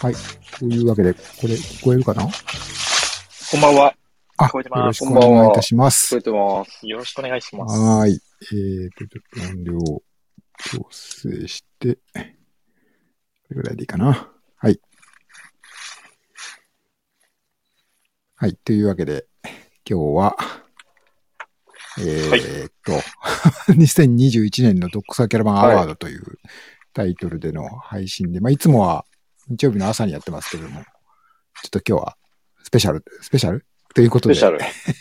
はい。というわけで、これ聞こえるかな？ こんばんは。 あ、 聞こえてます。 よろしくお願いいたしま聞こす。 えてます。 よろしくお願いします。 はーい。ちょっと音量を調整して、これぐらいでいいかな。はい。はい。というわけで、今日は、2021年のドックサーキャラバンアワードというタイトルでの配信で、いつもは日曜日の朝にやってますけれども、ちょっと今日はスペシャルということで、 スペシャル。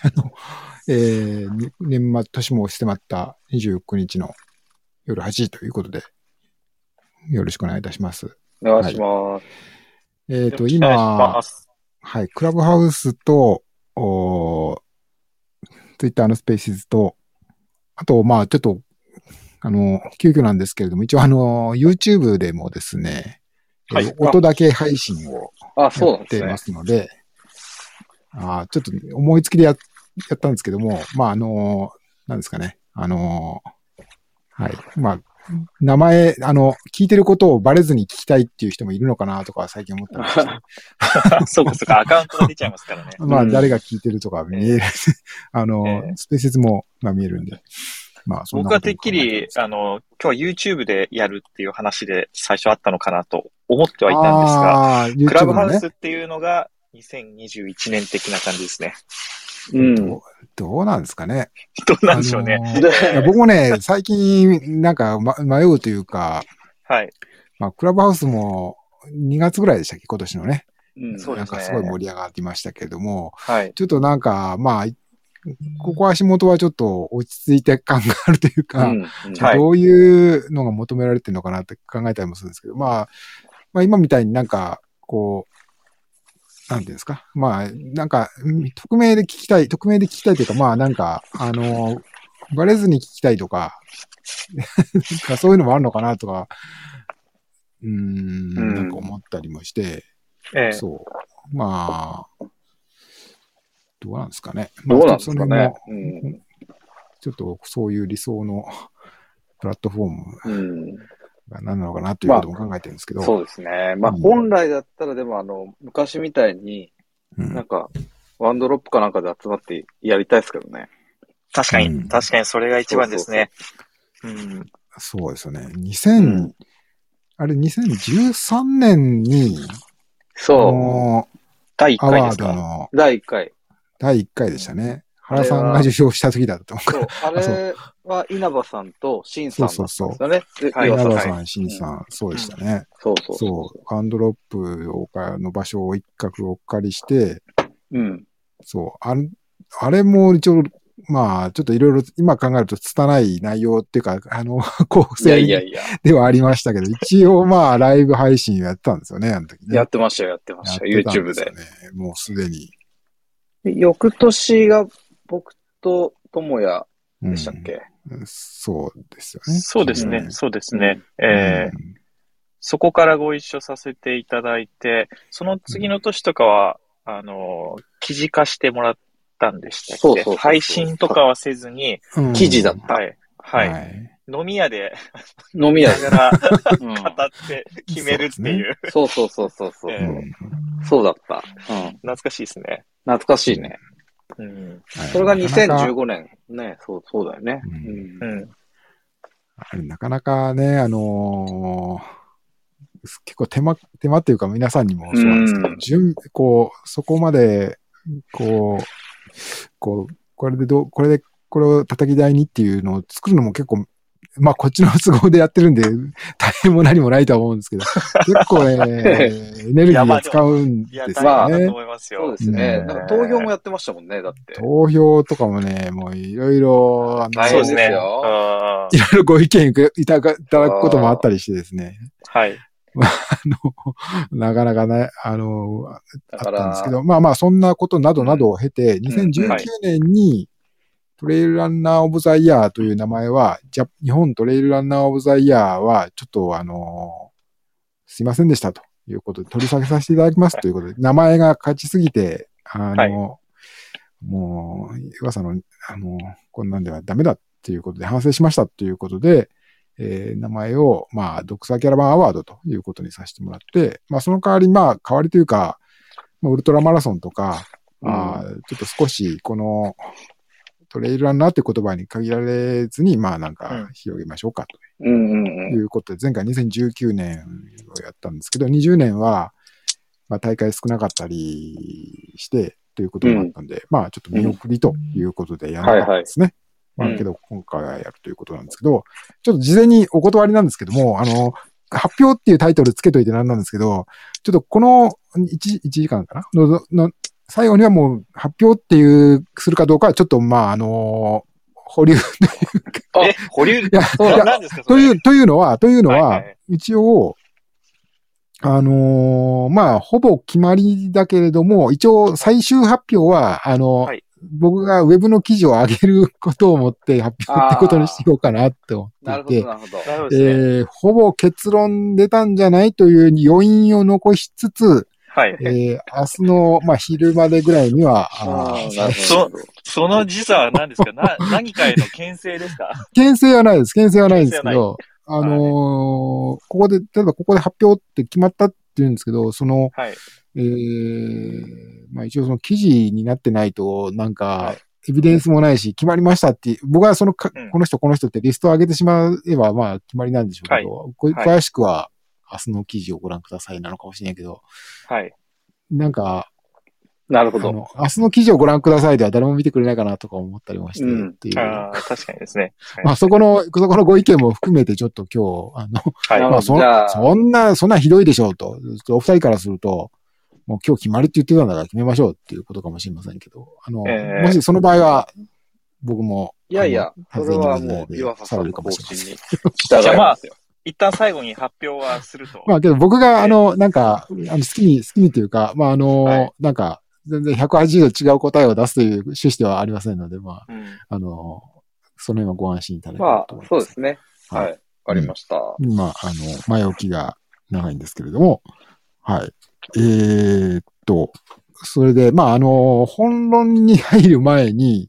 年末、年も迫った29日の夜8時ということで、よろしくお願いいたします。 お願いします。 今、はい、クラブハウスと、ツイッターのスペーシズと、あと、ちょっと、急遽なんですけれども、一応YouTube でもですね、 はい、 音だけ配信をやってますので、ちょっと思いつきでやったんですけども、なんですかね、はい。名前、聞いてることをバレずに聞きたいっていう人もいるのかなとか最近思ったりして。 そうかそうか、アカウントが出ちゃいますからね。 誰が聞いてるとか見える。スペースも見えるんで。そんな僕はてっきり、今日は YouTube でやるっていう話で最初あったのかなと思ってはいたんですが、 ね、 クラブハウスっていうのが2021年的な感じですね。 どうなんですかね。 どうなんでしょうね。 僕もね、最近なんか、迷うというか、 はい。 クラブハウスも2月ぐらいでしたっけ、今年のね。 そうですね。 なんかすごい盛り上がっていましたけれども、 はい。 ちょっとなんか、ここ足元はちょっと落ち着いて感があるというか、どういうのが求められてるのかなって考えたりもするんですけど、今みたいになんか、こう、なんていうんですか。なんか、匿名で聞きたいというか、なんか、バレずに聞きたいとか、そういうのもあるのかなとか、なんか思ったりもして、そう。どうなんですかね。 どうなんですかね。 ちょっとそういう理想のプラットフォームが何なのかなということも考えてるんですけど。 そうですね。本来だったらでも昔みたいに、なんか、ワンドロップかなんかで集まってやりたいですけどね。 確かにそれが一番ですね。 そうですよね。2013年に、 そう。 第1回ですか？ アワードの第1回。 第1回でしたね。原さんが受賞した時だったと思う。 そう、あれは稲葉さんと新さんだったんですよね。 稲葉さん、新さん、そうでしたね。 そう。 ワンドロップの場所を一角お借りして、そう、あれも一応、ちょっといろいろ今考えると拙い内容っていうか、構成ではありましたけど、一応ライブ配信やってたんですよね、あの時ね。 やってました、YouTube で。 もうすでに。 翌年が僕と智也でしたっけ？ そうですよね。 そうですね。そこからご一緒させていただいて、その次の年とかは、記事化してもらったんでしたっけ？そう配信とかはせずに、 記事だった。 はい。飲み屋で、 ながら語って決めるっていう。 そう。そうだった。 懐かしいですね。 懐かしいね。それが2015年。ね、そうだよね。 なかなかね、結構手間っていうか皆さんにもそうなんですけど、そこまで、これを叩き台にっていうのを作るのも結構、こっちの都合でやってるんで、大変も何もないとは思うんですけど、結構ね、エネルギーを使うんですよね。 そうですね。投票もやってましたもんね、だって。 投票とかもね、もういろいろ、 そうですね。いろいろご意見いただくこともあったりしてですね。 はい。 なかなかね、あったんですけど、そんなことなどなどを経て、2019年にトレイルランナーオブザイヤーという名前は、日本トレイルランナーオブザイヤーは、ちょっとすいませんでしたということで、取り下げさせていただきますということで、名前が勝ちすぎて、もう、噂の、こんなんではダメだっていうことで反省しましたということで、 名前を、まあ、ドクサーキャラバンアワードということにさせてもらって、まあ、その代わり、まあ、代わりというか、まあ、ウルトラマラソンとか、ちょっと少し、この、トレイルランナーって言葉に限られずに、まあ、なんか、広げましょうかということで、前回2019年をやったんですけど、20年は、まあ、大会少なかったりして、ということもあったんで、まあ、ちょっと見送りということでやらなかったですね。まあ、けど、今回はやるということなんですけど、ちょっと事前にお断りなんですけども、発表っていうタイトルつけといてなんなんですけど、ちょっとこの1時間かなの最後にはもう発表っていう、するかどうかはちょっと、まあ、保留というか。 保留なんですかというのは、一応、まあ、ほぼ決まりだけれども、一応最終発表は、僕がウェブの記事を上げることを思って発表ってことにしようかなって思っていて、 なるほど。 ほぼ結論出たんじゃないという余韻を残しつつ、 はい。 明日の、まあ、昼までぐらいには、 その時差は何ですか何かへの牽制ですか？ 牽制はないです。牽制はないんですけど、ここで、例えばここで発表って決まったって言うんですけど、その、まあ一応その記事になってないと、なんか、エビデンスもないし、決まりましたって、僕はそのこの人ってリストを上げてしまえば、まあ決まりなんでしょうけど、詳しくは明日の記事をご覧くださいなのかもしれないけど、なんか、 なるほど。 明日の記事をご覧くださいでは誰も見てくれないかなとか思ったりもして、っていう。 確かにですね。 まあそこのご意見も含めてちょっと今日、まあそんなひどいでしょうと、お二人からすると、もう今日決まりって言ってたんだから決めましょうっていうことかもしれませんけど、もしその場合は、僕も、 それはもう、岩佐さんの方針に従いますよ。 一旦最後に発表はすると。 まあけど僕がなんか、好きにというか、まあなんか、全然180度違う答えを出すという趣旨ではありませんので、まあ、その辺はご安心いただければと思います。 まあ、そうですね。はい。わかりました。 まあ、前置きが長いんですけれども、はい。それで、まあ、本論に入る前に、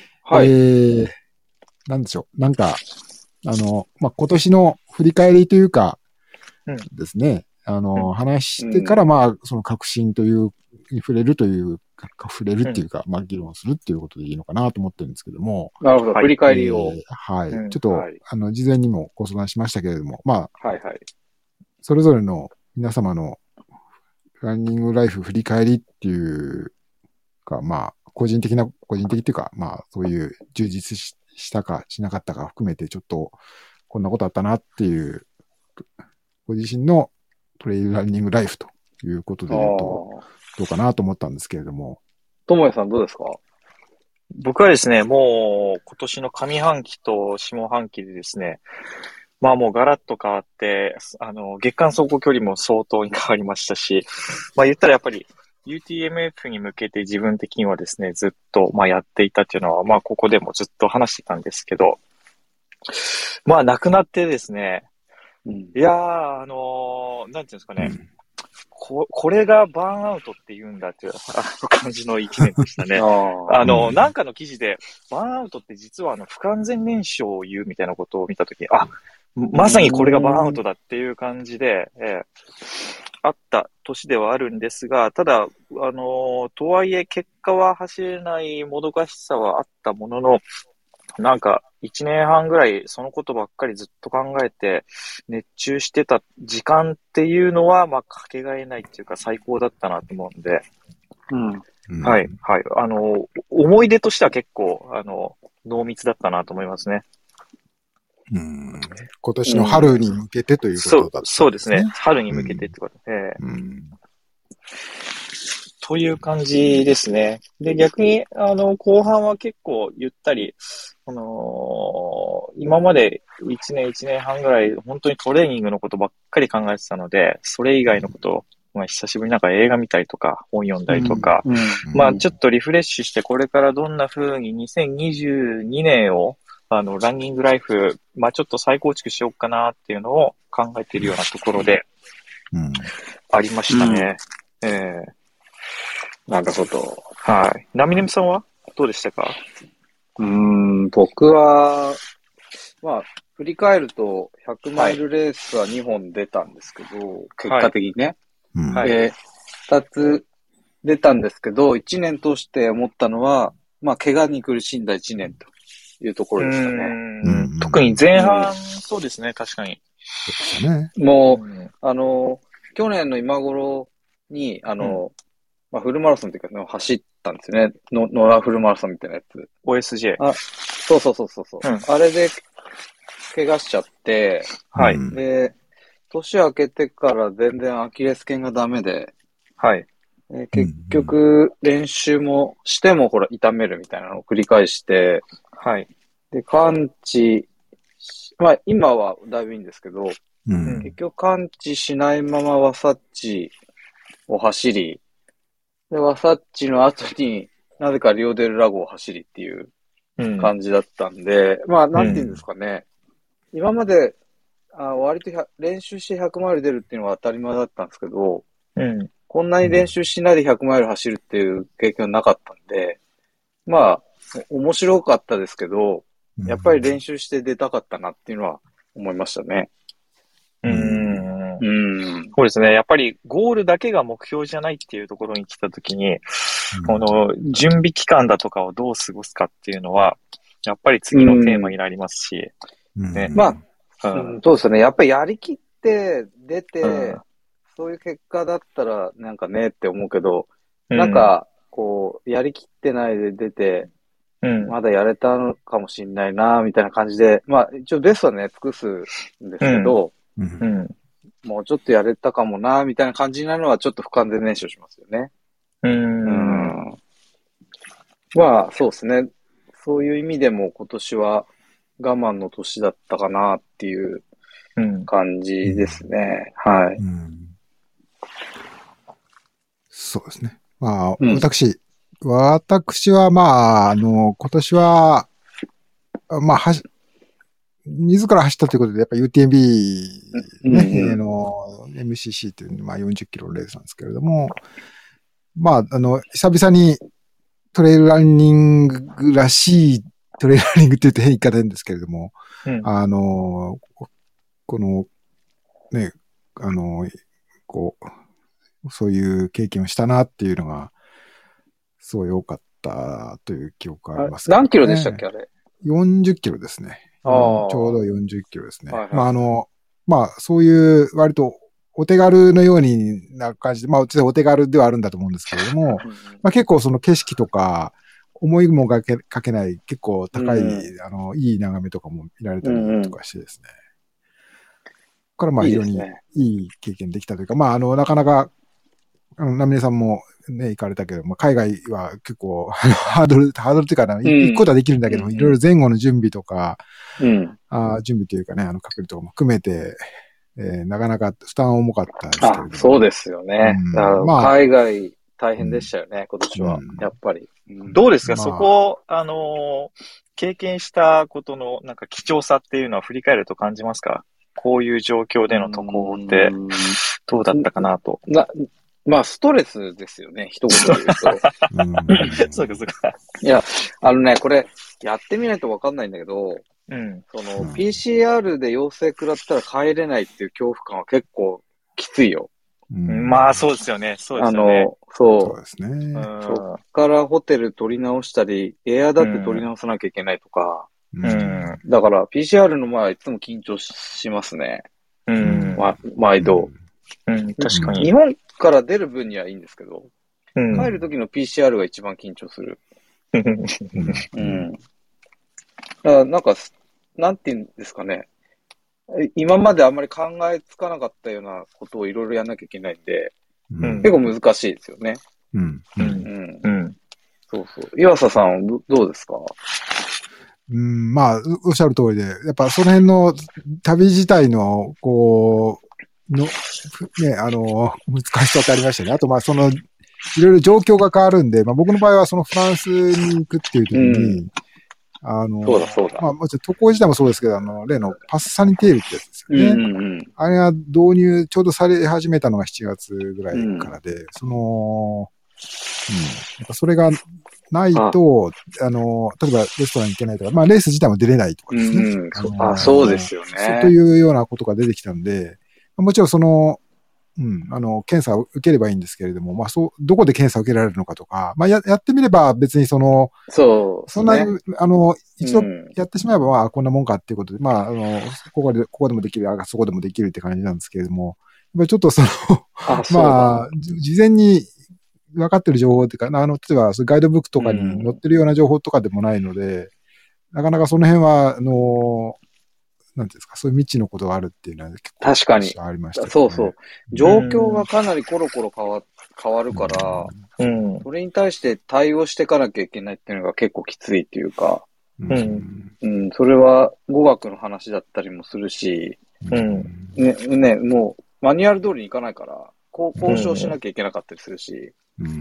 なんでしょう、なんか、まあ、今年の振り返りというか、ですね、話してから、まあ、その革新という、に触れるっていうか、まあ、議論するっていうことでいいのかなと思ってるんですけども。 なるほど、振り返りを。 はい。ちょっと、事前にもご相談しましたけれども、まあ、 それぞれの皆様のランニングライフ振り返りっていうか、まあ、個人的っていうか、まあ、そういう充実したかしなかったか含めて、ちょっと、こんなことあったなっていう、ご自身のトレイルランニングライフということで言うと、どうかなと思ったんですけれども。 ともやさんどうですか？ 僕はですね、もう今年の上半期と下半期でですね、まあもうガラッと変わって、月間走行距離も相当に変わりましたし、まあ言ったらやっぱり UTMF に向けて自分的にはですね、ずっとまあやっていたっていうのは、まあここでもずっと話してたんですけど、まあ亡くなってですね、いやー、なんていうんですかね、これがバーンアウトって言うんだっていう感じの一年でしたね。なんかの記事で、バーンアウトって実は不完全燃焼を言うみたいなことを見たとき、まさにこれがバーンアウトだっていう感じで、あった年ではあるんですが、ただ、とはいえ結果は走れないもどかしさはあったものの、なんか、1年半ぐらいそのことばっかりずっと考えて熱中してた時間っていうのは、まあ、かけがえないっていうか最高だったなと思うんで、はい、はい。思い出としては結構、濃密だったなと思いますね。 今年の春に向けてということだったんですね。 そうですね。春に向けてってことで。という感じですね。で、逆に、後半は結構ゆったり、今まで1年半ぐらい、本当にトレーニングのことばっかり考えてたので、それ以外のことを、まあ、久しぶりになんか映画見たりとか、本読んだりとか、まあ、ちょっとリフレッシュして、これからどんな風に2022年を、ランニングライフ、まあ、ちょっと再構築しようかなっていうのを考えているようなところで、ありましたね。 なるほど。 はい。ナミネムさんはどうでしたか？ 僕は、 まあ、振り返ると、100マイルレースは2本出たんですけど、結果的にね。 はい。 で、2つ出たんですけど、1年通して思ったのは、まあ、怪我に苦しんだ1年というところでしたね。 特に前半、そうですね、確かに。 そうでしたね。 もう、去年の今頃に、まあ、フルマラソンっていうか、走ったんですよね。ノラフルマラソンみたいなやつ。 OSJ。 そうそうそうそう。あれで、怪我しちゃって、 はい。 で、年明けてから全然アキレス腱がダメで、 はい。 結局、練習もしてもほら、痛めるみたいなのを繰り返して、 はい。 で、完治、まあ、今はだいぶいいんですけど、結局完治しないままワサッチを走り、で、ワサッチの後になぜかリオデルラゴを走りっていう感じだったんで、まあ、なんていうんですかね。今まで、割と練習して100マイル出るっていうのは当たり前だったんですけど、こんなに練習しないで100マイル走るっていう経験はなかったんで、まあ、面白かったですけど、やっぱり練習して出たかったなっていうのは思いましたね。 そうですね。やっぱりゴールだけが目標じゃないっていうところに来たときに、この準備期間だとかをどう過ごすかっていうのは、やっぱり次のテーマになりますし、 ね。まあ、そうですね。やっぱりやりきって出て、そういう結果だったらなんかねって思うけど、なんか、こう、やりきってないで出て、まだやれたのかもしれないな、みたいな感じで、まあ、一応ベストはね、尽くすんですけど、もうちょっとやれたかもな、みたいな感じになるのはちょっと不完全燃焼しますよね。まあ、そうですね。そういう意味でも今年は我慢の年だったかなっていう感じですね。はい。 そうですね。まあ、私はまあ、今年は、まあ、自ら走ったということで、やっぱ UTMB ね、MCC という、まあ40キロのレースなんですけれども、まあ、久々にトレイルランニングらしいトレイルランニングって言うと変言い方なんですけれども、この、ね、そういう経験をしたなっていうのが、すごい多かったという記憶がありますけどね。 何キロでしたっけ、あれ。 40キロですね。ちょうど40キロですね。まあまあそういう割とお手軽のような感じで、まあお手軽ではあるんだと思うんですけれども、まあ結構その景色とか、思いもかけない結構高い、いい眺めとかも見られたりとかしてですね。からまあ非常にいい経験できたというか、まあなかなか、ナミネさんもね、行かれたけど、まあ、海外は結構、ハードルっていうかな、行くことはできるんだけども、いろいろ前後の準備とか、準備というかね、隔離とかも含めて、なかなか負担重かったですけれども。 そうですよね。まあ、海外大変でしたよね、今年は。やっぱり。 どうですか、そこ、経験したことのなんか貴重さっていうのは振り返ると感じますか？こういう状況での渡航ってどうだったかなと。 まあ、ストレスですよね、一言で言うと。 そうか、そうか。 いや、これ、やってみないとわかんないんだけど、PCR で陽性食らったら帰れないっていう恐怖感は結構きついよ。 まあ、そうですよね。そうですよね。 そうですね。 そっからホテル取り直したり、エアだって取り直さなきゃいけないとか。だから、PCR の前はいつも緊張しますね。毎度。 確かに。 日本から出る分にはいいんですけど、帰る時の PCR が一番緊張する。だからなんか、なんて言うんですかね。今まであんまり考えつかなかったようなことをいろいろやんなきゃいけないんで、結構難しいですよね。そうそう。岩佐さんどうですか？ まあ、おっしゃる通りで、やっぱその辺の旅自体の、難しさってありましたね。あと、まあ、いろいろ状況が変わるんで、まあ僕の場合はそのフランスに行くっていう時に、 そうだ。 まあ、もちろん渡航自体もそうですけど、例のパスサニテールってやつですよね。あれが導入、ちょうどされ始めたのが7月ぐらいからで、やっぱそれが、 ないと、例えばレストランに行けないとか、まあレース自体も出れないとかですね。 そうですよね。 そうというようなことが出てきたんで、もちろん検査を受ければいいんですけれども、まあどこで検査を受けられるのかとか、まあやってみれば別にそんな、一度やってしまえば、まあこんなもんかっていうことで、まあここでもできる、そこでもできるって感じなんですけれども、やっぱりちょっとまあ、事前に分かってる情報っていうか、例えばガイドブックとかに載ってるような情報とかでもないので、なかなかその辺は、なんていうんですか、そういう未知のことがあるっていうのは結構確かにありました、ね。 そうそう。状況がかなりコロコロ変わるから、それに対して対応していかなきゃいけないっていうのが結構きついっていうか、それは語学の話だったりもするし、もうマニュアル通りにいかないから、交渉しなきゃいけなかったりするし、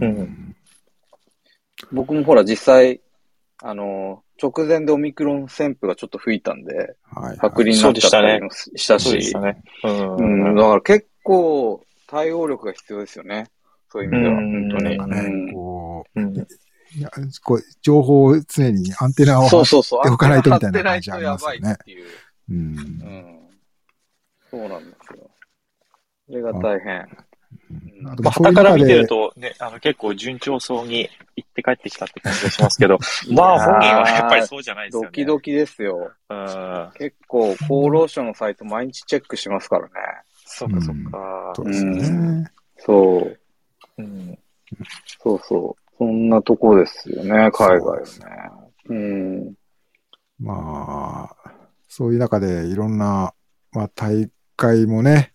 僕もほら実際、直前でオミクロン旋風がちょっと吹いたんで、隔離になっちゃったりもしたし、だから結構対応力が必要ですよね。そういう意味では、本当に。 情報を常にアンテナを張っておかないとみたいな感じありますよね。 そうなんですよ。それが大変。 傍から見てると、ね、結構順調そうに行って帰ってきたって感じがしますけど、まあ本人はやっぱりそうじゃないですよね。 ドキドキですよ。結構、厚労省のサイト毎日チェックしますからね。 そうか、そうか。 そうですね。 そう。そうそう。そんなとこですよね、海外はね。 まあ、そういう中でいろんな、まあ大会もね、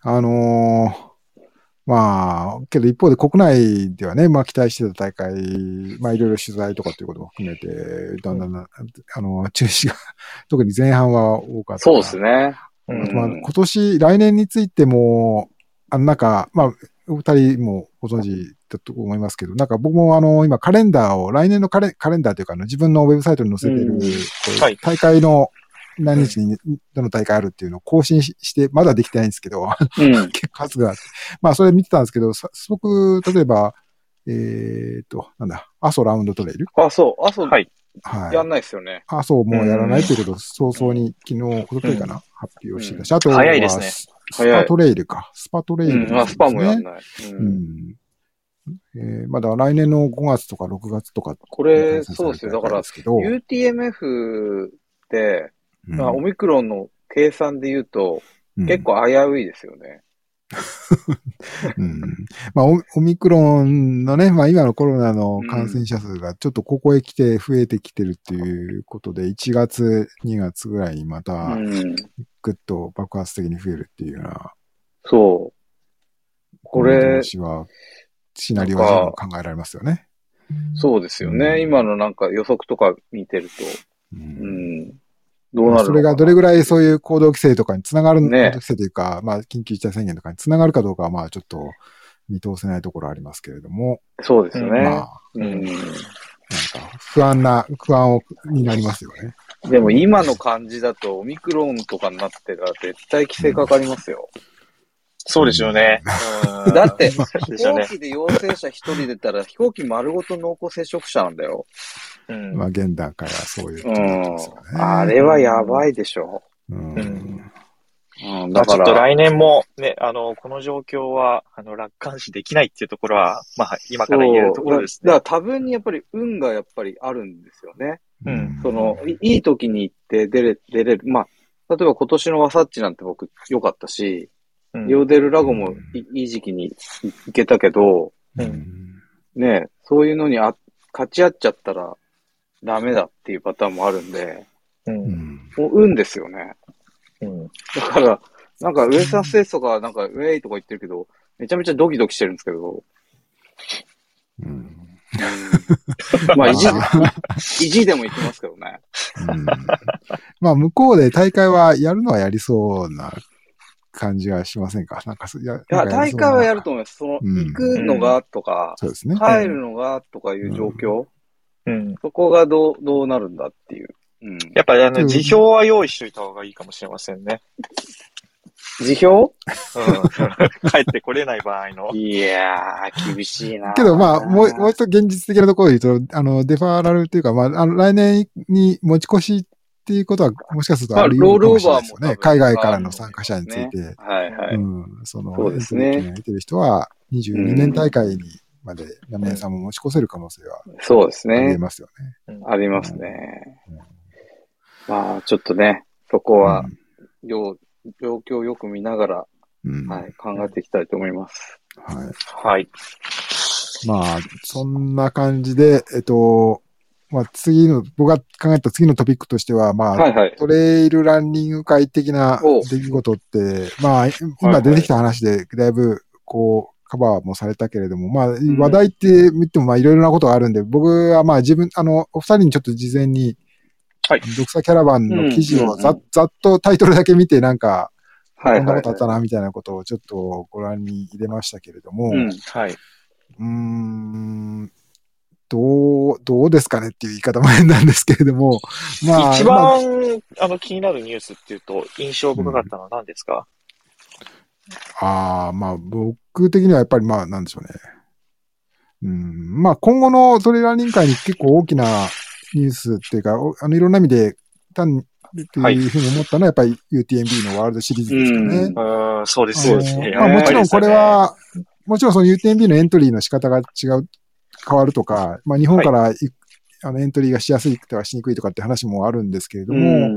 まあ、けど一方で国内ではね、まあ期待してた大会、まあいろいろ取材とかっていうことも含めて、だんだん、中止が、特に前半は多かった。 そうですね。 来年についても、なんか、まあ、お二人もご存知だと思いますけど、なんか僕も今カレンダーを、来年のカレンダーというか自分のウェブサイトに載せてる、大会の何日にどの大会あるっていうのを更新して、まだできてないんですけど、結構数があって。まあ、それ見てたんですけど、僕、例えば、阿蘇ラウンドトレイル。 阿蘇やんないですよね。 阿蘇もうやらないということを早々に昨日、おとといかな、発表してたし、あとは、 早いですね。 スパトレイルか。スパトレイル、ね。 スパもやんない。 まだ来年の5月とか6月とか。 これ、そうですよ。だから、UTMF って、オミクロンの計算で言うと、結構危ういですよね。 まあ、オミクロンのね、まあ今のコロナの感染者数がちょっとここへ来て増えてきてるっていうことで、1月、2月ぐらいにまた、ぐっと爆発的に増えるっていうような。 そう。これ、 シナリオは十分考えられますよね。 そうですよね。今のなんか予測とか見てると。どうなるのかな。 それがどれぐらいそういう行動規制とかにつながる、行動規制というか、まあ緊急事態宣言とかにつながるかどうかはまあちょっと見通せないところありますけれども。 そうですよね。 まあ、なんか不安になりますよね。 でも今の感じだとオミクロンとかになってたら絶対規制かかりますよ。 そうですよね。 だって、飛行機で陽性者一人出たら飛行機丸ごと濃厚接触者なんだよ。 まあ現段階はそういう気になってますよね。 あれはやばいでしょ。 だから。ちょっと来年もね、この状況は、楽観視できないっていうところは、まあ今から言えるところですね。 だから多分にやっぱり運がやっぱりあるんですよね。いい時に行って出れる。まあ、例えば今年のワサッチなんて僕良かったし、ヨーデルラゴもいい時期に行けたけど、ね、そういうのに勝ち合っちゃったらダメだっていうパターンもあるんで、もう運ですよね。だから、なんかウエスタンステーツとか、なんかウェイとか言ってるけど、めちゃめちゃドキドキしてるんですけど、まあ、意地でも行きますけどね。 まあ、向こうで大会はやるのはやりそうな感じがしませんか？なんかいや、大会はやると思います。行くのがとか、 そうですね。 帰るのがとかいう状況、そこがどうなるんだっていう。 やっぱり辞表は用意しといた方がいいかもしれませんね。 辞表帰ってこれない場合の。 いやー、厳しいな。 けど、まあ、もう一度現実的なところで言うと、デファーラルっていうか、まあ、来年に持ち越しっていうことは、もしかするとあるようかもしれないですよね。海外からの参加者について。 はいはい。 エントリー権を得てる人は、22年大会にまで、ラメンさんも持ち越せる可能性は。 そうですね。 ありますよね。 ありますね。まあ、ちょっとね、そこは、状況をよく見ながら、はい、考えていきたいと思います。 はい。 まあ、そんな感じで、まあ、僕が考えた次のトピックとしては、まあ、トレイルランニング会的な出来事って、まあ、今出てきた話で、だいぶ、カバーもされたけれども、まあ、話題って見ても、まあ、いろいろなことがあるんで、僕はまあ、お二人にちょっと事前に、ドクサキャラバンの記事をざっとタイトルだけ見て、なんか、こんなことあったな、みたいなことをちょっとご覧に入れましたけれども、どうですかねっていう言い方も変なんですけれども、 まあ。一番、気になるニュースっていうと、印象深かったのは何ですか？ まあ、僕的にはやっぱりまあ、なんでしょうね。まあ、今後のトレーラー人会に結構大きなニュースっていうか、いろんな意味で、っていうふうに思ったのは、やっぱり UTMB のワールドシリーズですかね。 そうですね。 まあ、もちろんこれは、もちろんその UTMB のエントリーの仕方が変わるとか、まあ、日本からエントリーがしやすいとかしにくいとかって話もあるんですけれども、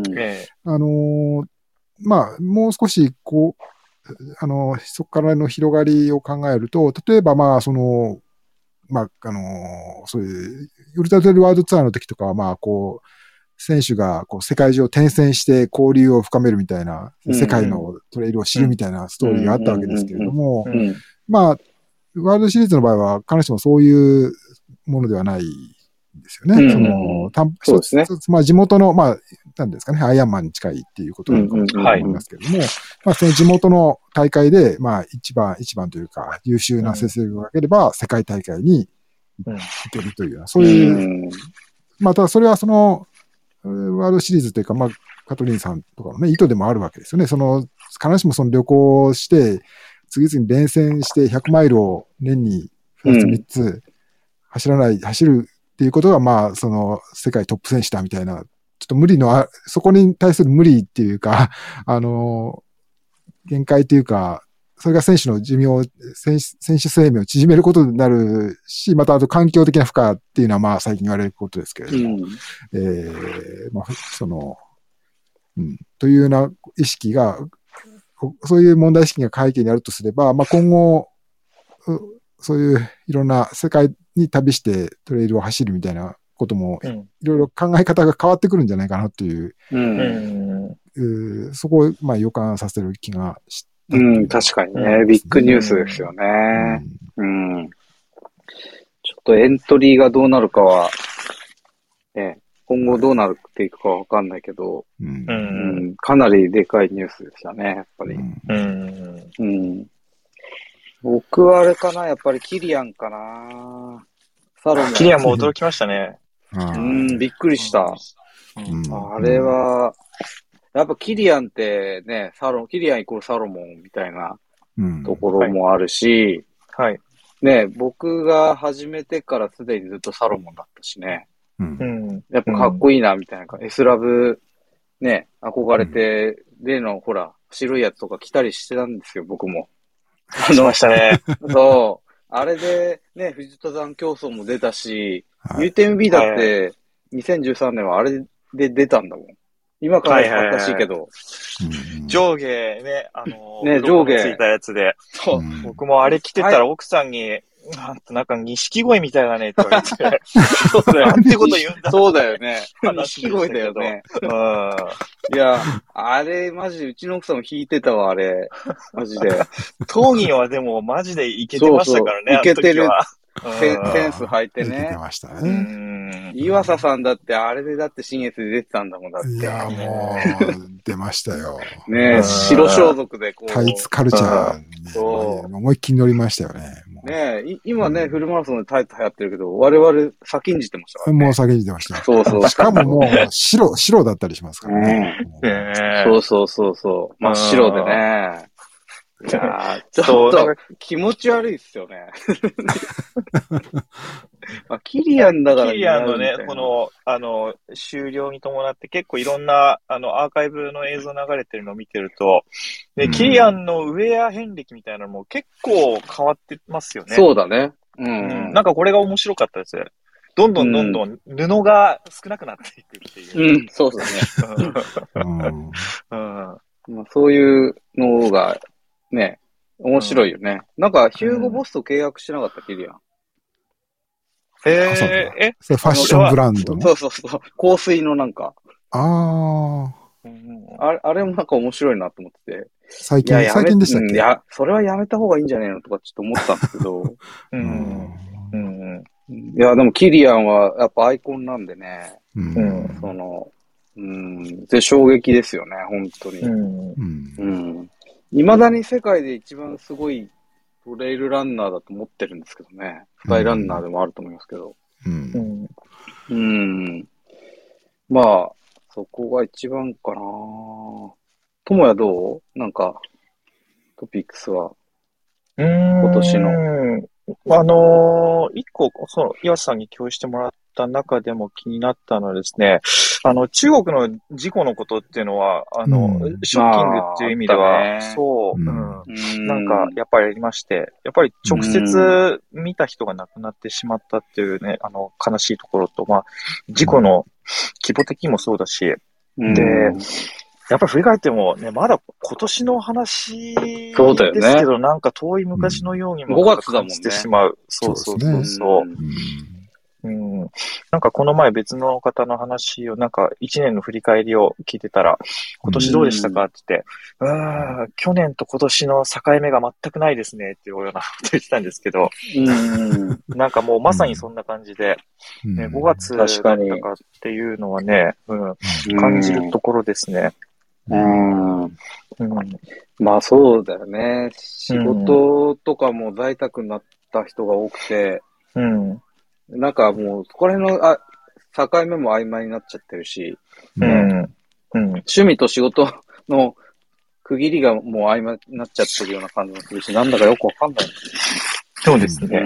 まあ、もう少し、そこからの広がりを考えると、例えば、まあ、まあ、そういう、ウルトラトレイルワールドツアーの時とかは、まあ、選手が世界中を転戦して交流を深めるみたいな、世界のトレイルを知るみたいなストーリーがあったわけですけれども、まあ、ワールドシリーズの場合は、必ずしもそういうものではないんですよね。そうですね。まあ、地元の、まあ、なんですかね、アイアンマンに近いっていうことなのかもしれないますけれども、まあ、その地元の大会で、まあ、一番というか、優秀な成績を上げれば、世界大会に行けるというような、そういう、またそれはワールドシリーズというか、まあ、カトリンさんとかのね、意図でもあるわけですよね。必ずしも旅行して、次々に連戦して100マイルを年に2つ3つ走るっていうことが、まあ、世界トップ選手だみたいな、ちょっと無理のそこに対する無理っていうか、限界というか、それが選手の寿命、選手生命を縮めることになるし、またあと環境的な負荷っていうのはまあ最近言われることですけれども、まあ、というような意識が、そういう問題意識が背景にあるとすれば、まあ今後、そういういろんな世界に旅してトレイルを走るみたいなことも、いろいろ考え方が変わってくるんじゃないかなという、そこをまあ予感させる気がした。 確かにね、ビッグニュースですよね。ちょっとエントリーがどうなるかは、ね、今後どうなっていくかはわかんないけど、かなりでかいニュースでしたね、やっぱり。僕はあれかな、やっぱりキリアンかな。 サロモン。キリアンも驚きましたね。 びっくりした。あれは、やっぱキリアンってね、キリアンイコールサロモンみたいなところもあるし、ね、僕が始めてからすでにずっとサロモンだったしね。やっぱかっこいいなみたいな。S ラブね、憧れて、例のほら、白いやつとか着たりしてたんですよ、僕も。 しましたね。 そう。あれでね、富士登山競争も出たし、UTMB だって2013年はあれで出たんだもん。今から恥ずかしいけど。 上下ね、 ね、上下。 ついたやつで。そう。僕もあれ着てたら奥さんに、なんか錦鯉みたいだねって言われて。 そうだよ。 なんてこと言うんだ。 そうだよね。錦鯉だよね。いや、あれマジでうちの奥さんも弾いてたわ、あれ。マジで。 当人はでもマジでイケてましたからね。 イケてる。センス履いてね。 出ましたね。 岩佐さんだってあれでだって新越で出てたんだもんだって。 いや、もう、出ましたよ。 ねえ、白装束でこう。 タイツカルチャーに思いっきり乗りましたよね。 ねえ、今ね、フルマラソンでタイト流行ってるけど、我々先んじてましたからね。 もう先んじてました。 そうそう。 しかももう白だったりしますからね。 そうそうそうそう。真っ白でね。いやー、ちょっと気持ち悪いっすよね。キリアンだから。 キリアンのね、この、終了に伴って結構いろんな、アーカイブの映像流れてるのを見てると、で、キリアンのウェア遍歴みたいなのも結構変わってますよね。 そうだね。 なんかこれが面白かったです。どんどん布が少なくなっていくっていう。 そうですね。そういうのが、ね、面白いよね。なんか、ヒューゴボスと契約してなかったキリアン。 それファッションブランドのそう。香水のなんか。あれもなんか面白いなと思ってて。 最近でしたっけ？ いや、それはやめた方がいいんじゃねえのとかちょっと思ったんですけど。いや、でもキリアンはやっぱアイコンなんでね。で、衝撃ですよね、本当に。未だに世界で一番すごいトレイルランナーだと思ってるんですけどね。スカイランナーでもあると思いますけど。まあ、そこが一番かな。ともやどう？なんか、トピックスは。今年の。 一個、岩瀬さんに共有してもらった中でも気になったのはですね、中国の事故のことっていうのは、ショッキングっていう意味では、なんか、やっぱりありまして、やっぱり直接見た人が亡くなってしまったっていうね、悲しいところと、事故の規模的にもそうだし、で、やっぱり振り返ってもね、まだ今年の話ですけど、なんか遠い昔のようにも感じてしまう。そう。なんかこの前別の方の話を、なんか一年の振り返りを聞いてたら、今年どうでしたかって言って、去年と今年の境目が全くないですねっていうようなこと言ってたんですけど、なんかもうまさにそんな感じで、5月だったかっていうのはね、感じるところですね。 まあそうだよね。仕事とかも在宅になった人が多くて、なんかもうそこら辺の境目も曖昧になっちゃってるし、趣味と仕事の区切りがもう曖昧になっちゃってるような感じもするし、なんだかよくわかんない。 そうですね。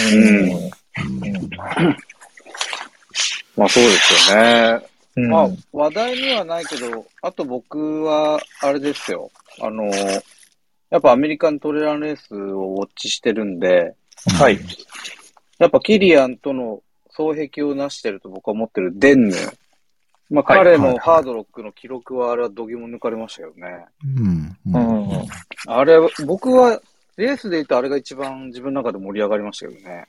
まあそうですよね。まあ、話題にはないけど、あと僕は、あれですよ。やっぱアメリカントレランレースをウォッチしてるんで、 はい。 やっぱキリアンとの双璧を成してると僕は思ってるデンヌ。まあ彼のハードロックの記録はあれは度肝抜かれましたよね。あれ、僕はレースで言うとあれが一番自分の中で盛り上がりましたけどね。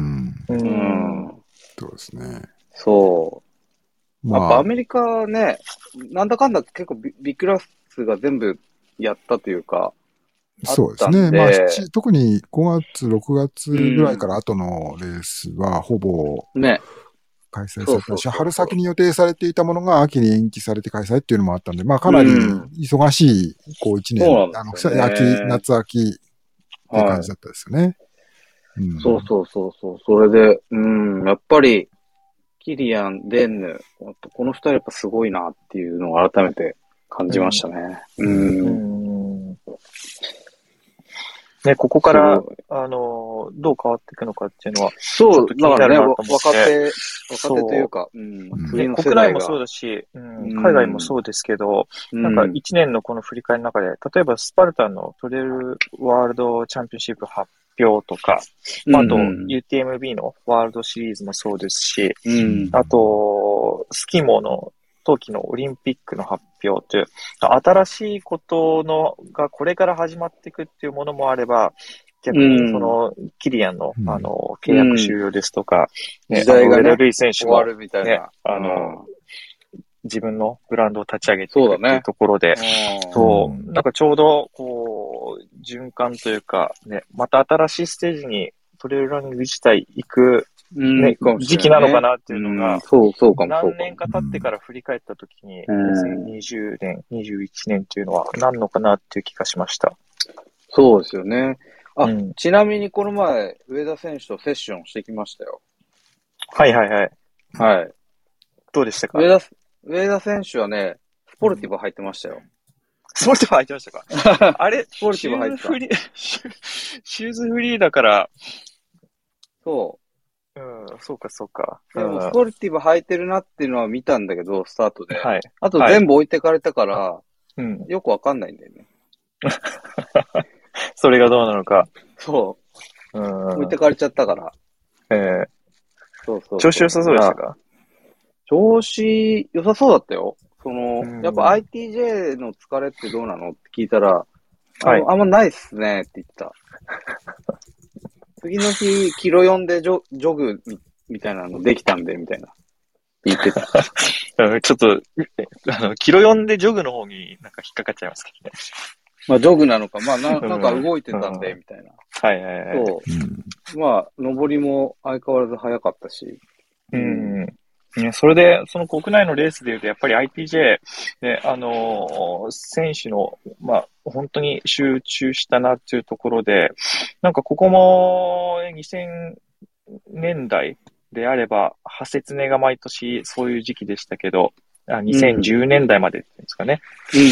そうですね。 そう。やっぱアメリカね、なんだかんだ結構ビッグラスが全部やったというか、 そうですね。まあ、特に5月、6月ぐらいから後のレースはほぼ開催されたし、春先に予定されていたものが秋に延期されて開催っていうのもあったんで、まあかなり忙しい、1年、夏秋っていう感じだったですよね。 そう。それで、やっぱり、キリアン、デンヌ、この二人やっぱすごいなっていうのを改めて感じましたね。 ね、ここから、どう変わっていくのかっていうのは、 そう、だからね、若手というか、 国内もそうだし、海外もそうですけど、なんか1年のこの振り返りの中で、例えばスパルタンのトレイルワールドチャンピオンシップ発表とか、あと UTMB のワールドシリーズもそうですし、あと、スキモの冬季のオリンピックの発表という、新しいことがこれから始まっていくっていうものもあれば、逆にその、キリアンの、契約終了ですとか、 時代がね、 ルイ選手も、 終わるみたいな。 自分のブランドを立ち上げていくっていうところで、なんかちょうど、こう、循環というか、ね、また新しいステージにトレイルランニング自体行く、時期なのかなっていうのが、何年か経ってから振り返ったときに、2020年、21年っていうのは何のかなっていう気がしました。 そうですよね。 ちなみにこの前、上田選手とセッションしてきましたよ。 はいはいはい。 はい。 どうでしたか？ 上田選手はね、スポルティブ入ってましたよ。 スポルティブ入ってましたか？あれ、 スポルティブ入ってた。 シューズフリーだから。 そう。 そうかそうか。 でもスポルティブ履いてるなっていうのは見たんだけど、スタートで。 はい。 あと全部置いてかれたから、よくわかんないんだよね。 それがどうなのか。 そう。置いてかれちゃったから。そう。 調子良さそうでしたか？ 調子良さそうだったよ。やっぱ ITJ の疲れってどうなのって聞いたら、あんまないっすねって言ってた。次の日、キロ4でジョグみたいなのできたんで、みたいな。言ってた。 ちょっと、キロ4でジョグの方になんか引っかかっちゃいますけどね。 まあ、ジョグなのか、まあ、なんか動いてたんで、みたいな。 はいはいはい。 そう。まあ、上りも相変わらず早かったし。 それで、その国内のレースでいうと、やっぱり ITJ で、選手の、本当に集中したなっていうところで、なんかここも2000年代であれば、ハセツネが毎年そういう時期でしたけど、2010年代までですかね。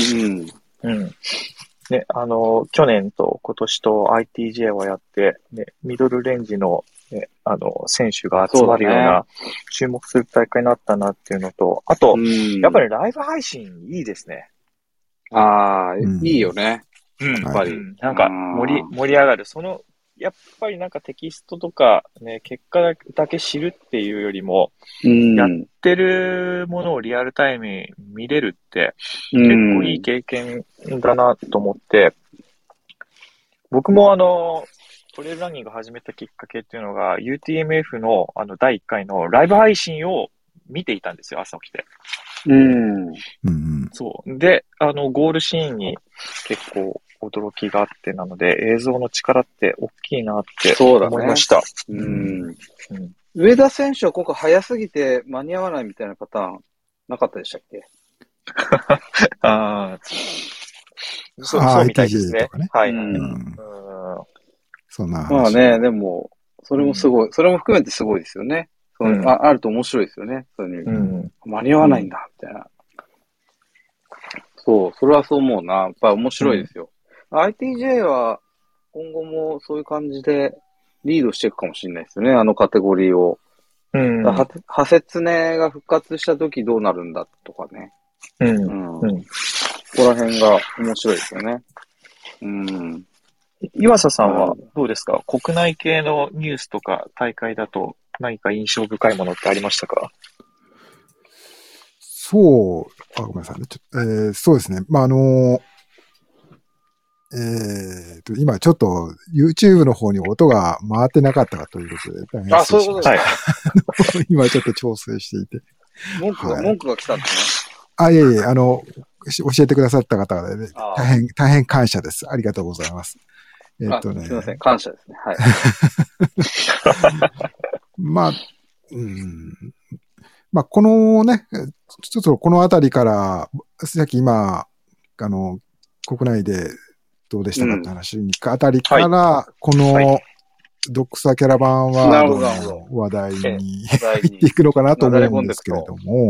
ね、去年と今年と ITJ をやって、ね、ミドルレンジの、ね、選手が集まるような、注目する大会になったなっていうのと、あと、やっぱりライブ配信いいですね。 いいよね。 やっぱり。なんか盛り上がる。やっぱりなんかテキストとか、ね、結果だけ知るっていうよりも、やってるものをリアルタイムに見れるって、結構いい経験だなと思って、僕もトレイルランニング始めたきっかけっていうのが、UTMF の第1回のライブ配信を見ていたんですよ、朝起きて。そう。で、ゴールシーンに結構驚きがあってなので、映像の力って大きいなって思いました。 上田選手は今回早すぎて間に合わないみたいなパターンなかったでしたっけ？ そうみたいですね。はい。 そんな。 まあね、でも、それもすごい、それも含めてすごいですよね。あると面白いですよね。間に合わないんだ、みたいな。そう、それはそう思うな。やっぱ面白いですよ。ITJ は今後もそういう感じでリードしていくかもしれないですよね、あのカテゴリーを。ハセツネが復活した時どうなるんだとかね。ここら辺が面白いですよね。 岩佐さんはどうですか？国内系のニュースとか大会だと何か印象深いものってありましたか？ ごめんなさいね。そうですね。今ちょっと YouTube の方に音が回ってなかったかということで。 そういうことですね。今ちょっと調整していて。 文句が来たんですね。いえいえ、教えてくださった方々で、大変感謝です。ありがとうございます。 すいません、感謝ですね。はい。 このね、ちょっとこのあたりから、さっき今、国内でどうでしたかって話にあたりから、この、ドックサキャラバンワードの話題に入っていくのかなと思うんですけれども、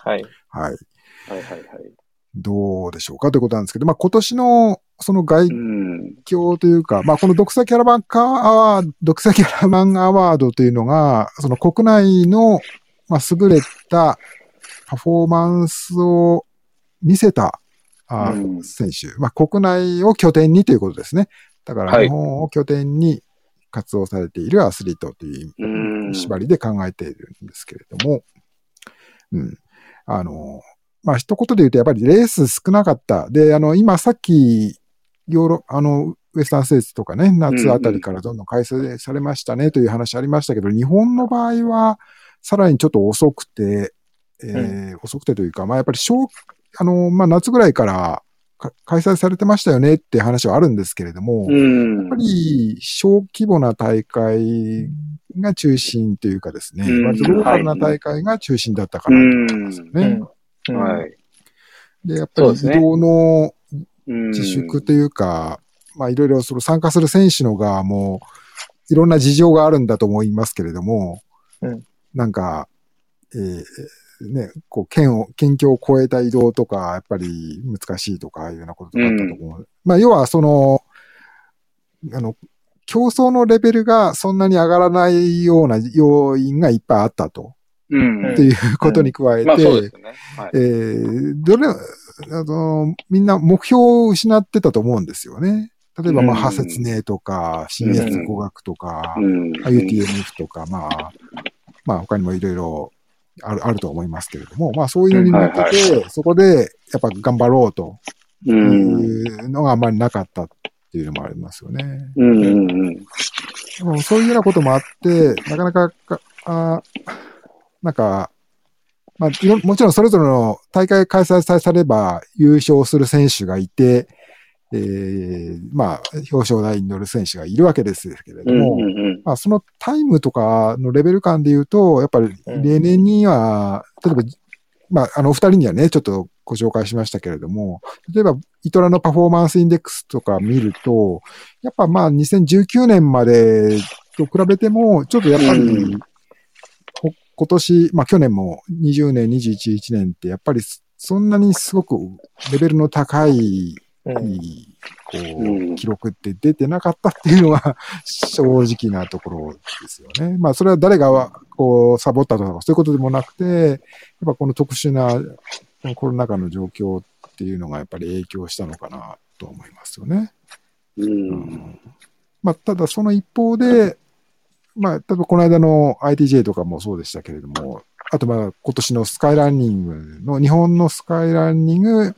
どうでしょうかということなんですけど、今年のその外境というか、このドクサキャラバンアワードというのが、その国内の優れたパフォーマンスを見せた選手、国内を拠点にということですね。だから日本を拠点に活動されているアスリートという縛りで考えているんですけれども、一言で言うとやっぱりレース少なかった。で、今さっきウエスタンステーツとかね、夏あたりからどんどん開催されましたねという話ありましたけど、日本の場合はさらにちょっと遅くてというか、やっぱり夏ぐらいから開催されてましたよねって話はあるんですけれども、やっぱり小規模な大会が中心というかですね、割とローカルな大会が中心だったかなと思いますよね。で、やっぱり移動の自粛というか、 まあいろいろその参加する選手の側も、いろんな事情があるんだと思いますけれども、なんか、ね、こう、県境を越えた移動とか、やっぱり難しいとかいうようなこととかあったと思う。まあ要はその、競争のレベルがそんなに上がらないような要因がいっぱいあったと。っていうことに加えて、みんな目標を失ってたと思うんですよね。例えば、まあ、ハセツネとか、新越語学とか、UTMF とか、まあ、他にもいろいろあると思いますけれども、まあ、そういうのになってて、そこで、やっぱ頑張ろうというのがあまりなかったっていうのもありますよね。そういうようなこともあって、なかなか、なんか、まあ、もちろんそれぞれの大会開催されれば優勝する選手がいて、まあ、表彰台に乗る選手がいるわけですけれども、まあ、そのタイムとかのレベル感で言うと、やっぱり例年には、例えば、まあ、お二人にはね、ちょっとご紹介しましたけれども、例えば、イトラのパフォーマンスインデックスとか見ると、やっぱまあ、2019年までと比べても、ちょっとやっぱり、今年、まあ去年も20年、21、1年ってやっぱりそんなにすごくレベルの高い、記録って出てなかったっていうのが正直なところですよね。まあそれは誰がサボったとかそういうことでもなくて、やっぱこの特殊なこのコロナ禍の状況っていうのがやっぱり影響したのかなと思いますよね。まあただその一方で、まあ、多分この間の ITJ とかもそうでしたけれども、あとまあ今年のスカイランニングの、日本のスカイランニング、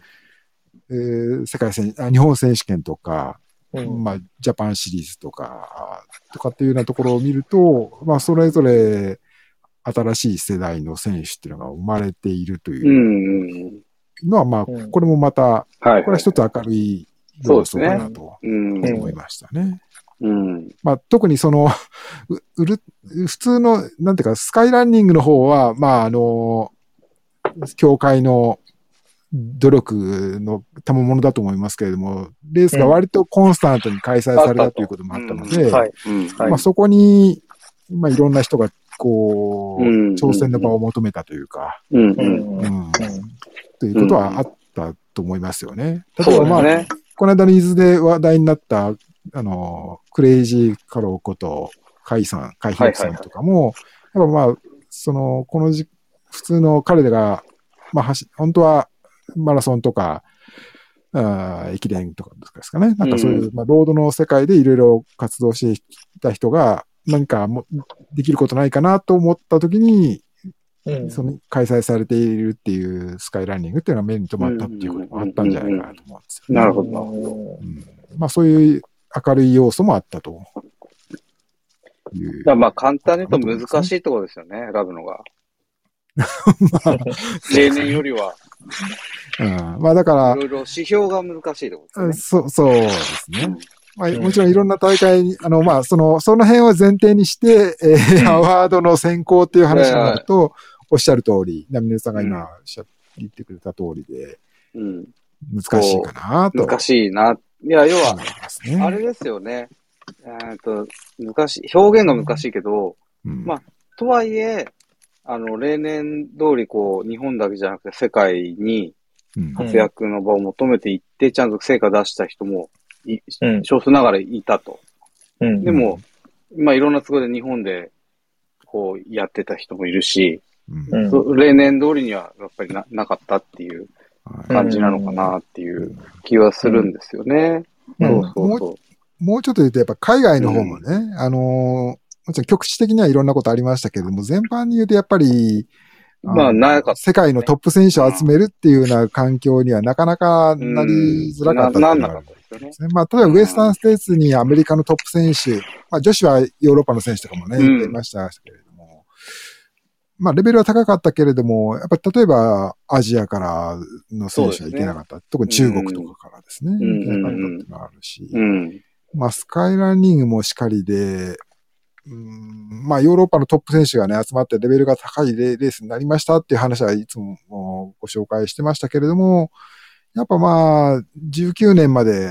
日本選手権とか、まあ、ジャパンシリーズとかっていうようなところを見ると、まあ、それぞれ新しい世代の選手っていうのが生まれているというのは、まあ、これもまた、これは一つ明るい要素かなと思いましたね。まあ、特にその、普通の、なんていうか、スカイランニングの方は、まあ、協会の努力の賜物だと思いますけれども、レースが割とコンスタントに開催されたということもあったので、まあ、そこに、まあ、いろんな人が、こう、挑戦の場を求めたというか、ということはあったと思いますよね。例えば、まあ、この間の伊豆で話題になった、クレイジーカローこと海ヒロさんとかも、やっぱまあ、普通の彼らが、まあ本当はマラソンとか、駅伝とかですかね。なんかそういう、まあ、ロードの世界でいろいろ活動してきた人が、何かできることないかなと思ったときに、その開催されているっていうスカイランニングっていうのが目に留まったっていうこともあったんじゃないかなと思うんですよね。 なるほど。 まあそういう明るい要素もあったという。 まあ簡単に言うと難しいところですよね、選ぶのが。まあ、例年よりは。 まあだから。 いろいろ指標が難しいところですね。 そうですね。まあもちろんいろんな大会に、まあその辺を前提にして、アワードの選考っていう話になると、おっしゃる通り、ナミネさんが今言ってくれた通りで、難しいかなと。 難しいな。いや、要は、あれですよね。表現が難しいけど、まあ、とはいえ、例年通り日本だけじゃなくて世界に活躍の場を求めていって、ちゃんと成果出した人も少数ながらいたと。でも、まあ、いろんな都合で日本で、やってた人もいるし、例年通りにはやっぱりなかったっていう感じなのかなっていう気はするんですよね。 もうちょっと言うと、やっぱ海外の方もね、もちろん局地的にはいろんなことありましたけれども、全般に言うとやっぱり、世界のトップ選手を集めるっていうような環境にはなかなかなりづらかったっていうのがあるんですね。まあ、例えばウエスタンステーツにアメリカのトップ選手、まあ女子はヨーロッパの選手とかもね、いましたけれども、まあレベルは高かったけれども、やっぱり例えばアジアからの選手がいけなかった。特に中国とかからですね、いけなかったっていうのがあるし、まあスカイランニングもしかりで、まあヨーロッパのトップ選手がね、集まってレベルが高いレースになりましたっていう話はいつもご紹介してましたけれども、やっぱまあ、19年まで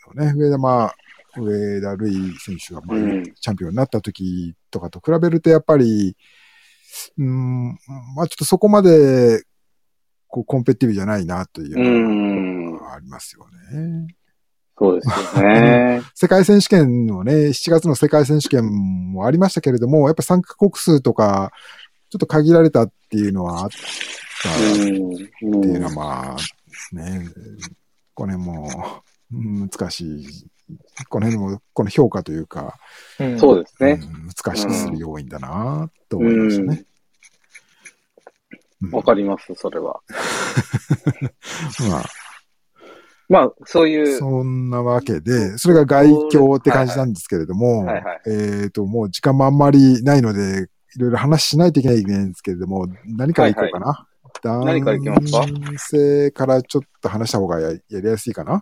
ね。上田瑠衣選手がチャンピオンになった時とかと比べると、やっぱり、ちょっとそこまで、コンペティブじゃないなというのがありますよね。 そうですよね。 世界選手権のね、7月の世界選手権もありましたけれども、やっぱ参加国数とか、ちょっと限られたっていうのはあったっていうのはね、この辺も難しい。この辺も、この評価というか、 そうですね。 難しくする要因だなと思いましたね。 わかります、それは。そういう。 そんなわけで、それが外境って感じなんですけれども、もう時間もあんまりないので、いろいろ話しないといけないんですけれども、何からいこうかな。 何からいきますか？ 男性からちょっと話した方がやりやすいかな。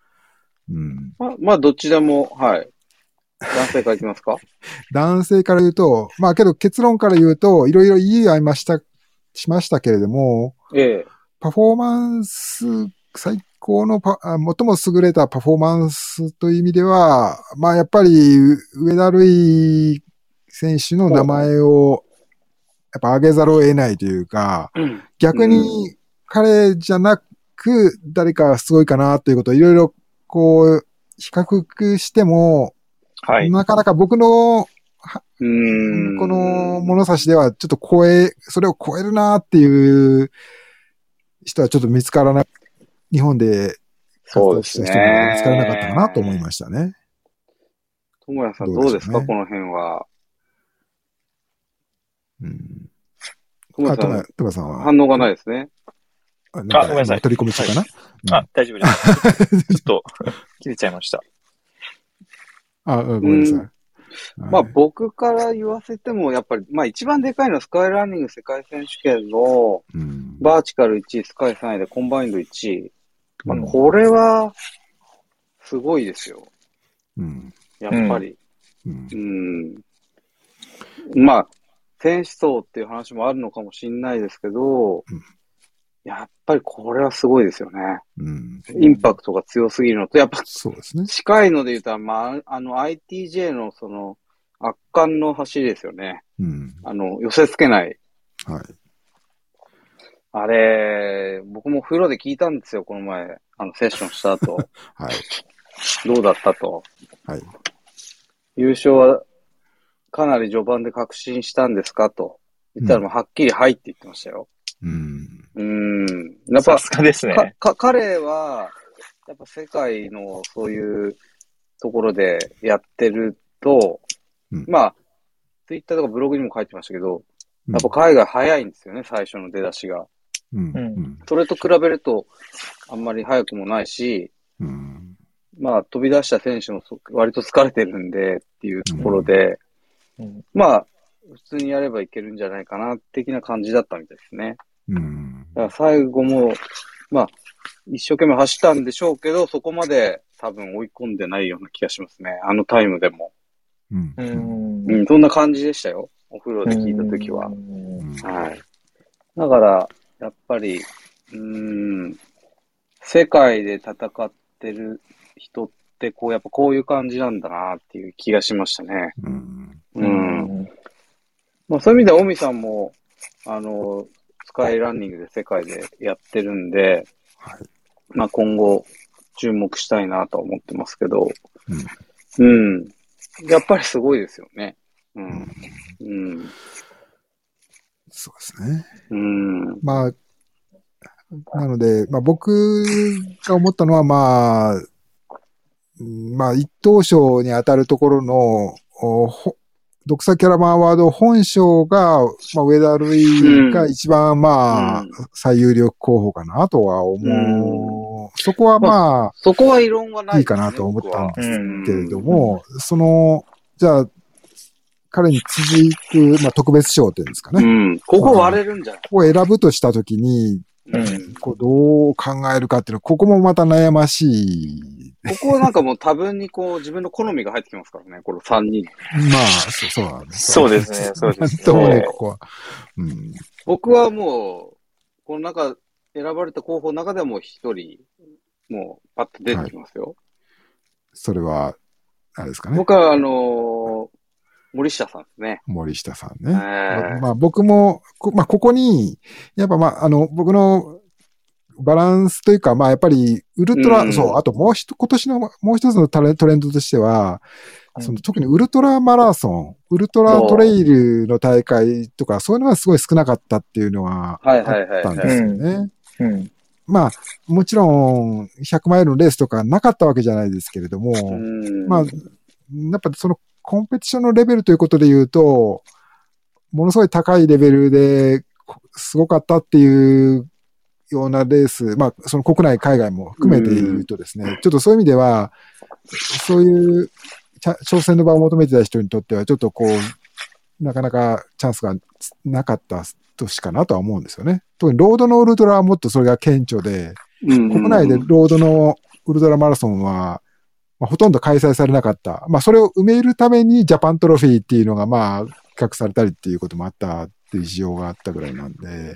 どっちでも、はい。男性からいきますか？ 男性から言うと、けど結論から言うと、いろいろ言い合いしましたけれども、パフォーマンス、最高の最も優れたパフォーマンスという意味では、やっぱり上田瑠衣選手の名前をやっぱ上げざるを得ないというか、逆に彼じゃなく誰かすごいかなということをいろいろ比較しても、なかなか僕のこの物差しではちょっとそれを超えるなっていう人はちょっと見つからない。日本で活動した人も見つからなかったかなと思いましたね。 友也さんどうですか、この辺は。 友也さんは。 反応がないですね。 ごめんなさい。 取り込み中かな、 大丈夫です。ちょっと、切れちゃいました。 ごめんなさい。 僕から言わせても、やっぱり、一番でかいのはスカイランニング世界選手権の、バーチカル1位、スカイ3位でコンバインド1位。これは、すごいですよ。やっぱり。選手層っていう話もあるのかもしれないですけど、やっぱりこれはすごいですよね。インパクトが強すぎるのと、やっぱ、近いので言うと、ITJ のその、圧巻の走りですよね。寄せ付けない。あれ、僕も風呂で聞いたんですよ、この前。セッションした後。どうだったと。優勝はかなり序盤で確信したんですかと。言ったらもうはっきりはいって言ってましたよ。やっぱ、 さすがですね。 彼は、やっぱ世界のそういうところでやってると、ツイッターとかブログにも書いてましたけど、やっぱ海外早いんですよね、最初の出だしが。それと比べると、あんまり早くもないし、飛び出した選手も割と疲れてるんでっていうところで、普通にやればいけるんじゃないかな、的な感じだったみたいですね。だから最後も、一生懸命走ったんでしょうけど、そこまで多分追い込んでないような気がしますね。あのタイムでも。そんな感じでしたよ。お風呂で聞いたときは。だから、やっぱり、世界で戦ってる人って、やっぱこういう感じなんだなっていう気がしましたね。そういう意味では、オミさんも、スカイランニングで世界でやってるんで、今後、注目したいなと思ってますけど、やっぱりすごいですよね。 そうですね。なので、僕が思ったのは、一等賞に当たるところの、ドクサキャラバンアワード本賞が、上田瑠衣が一番最有力候補かなとは思う。そこはそこは異論はない、 いいかなと思ったんですけれども、じゃあ、彼に続く、特別賞っていうんですかね。 ここ割れるんじゃない？ ここを選ぶとしたときに、どう考えるかっていうのは、ここもまた悩ましい。 ここはなんかもう多分に自分の好みが入ってきますからね、この3人。 そうなんです。 そうですね、そうですね。 ともね、ここは。 僕はもう、この中、選ばれた候補の中でも一人、もうパッと出てきますよ。 それは、あれですかね。 僕は、森下さんですね。 森下さんね。まあ僕も、まあここに、やっぱまあ僕のバランスというか、まあやっぱりウルトラ、そう、あと今年のもう一つのトレンドとしては、特にウルトラマラソン、ウルトラトレイルの大会とか、そういうのがすごい少なかったっていうのはあったんですよね。まあ、もちろん100マイルのレースとかなかったわけじゃないですけれども、まあ、やっぱそのコンペティションのレベルということで言うと、ものすごい高いレベルですごかったっていうようなレース、まあ、その国内、海外も含めて言うとですね、ちょっとそういう意味では、そういう挑戦の場を求めてた人にとっては、ちょっとこう、なかなかチャンスがなかった年かなとは思うんですよね。特にロードのウルトラはもっとそれが顕著で、国内でロードのウルトラマラソンは、まあ、ほとんど開催されなかった。まあ、それを埋めるためにジャパントロフィーっていうのが、まあ、企画されたりっていうこともあったっていう事情があったぐらいなんで、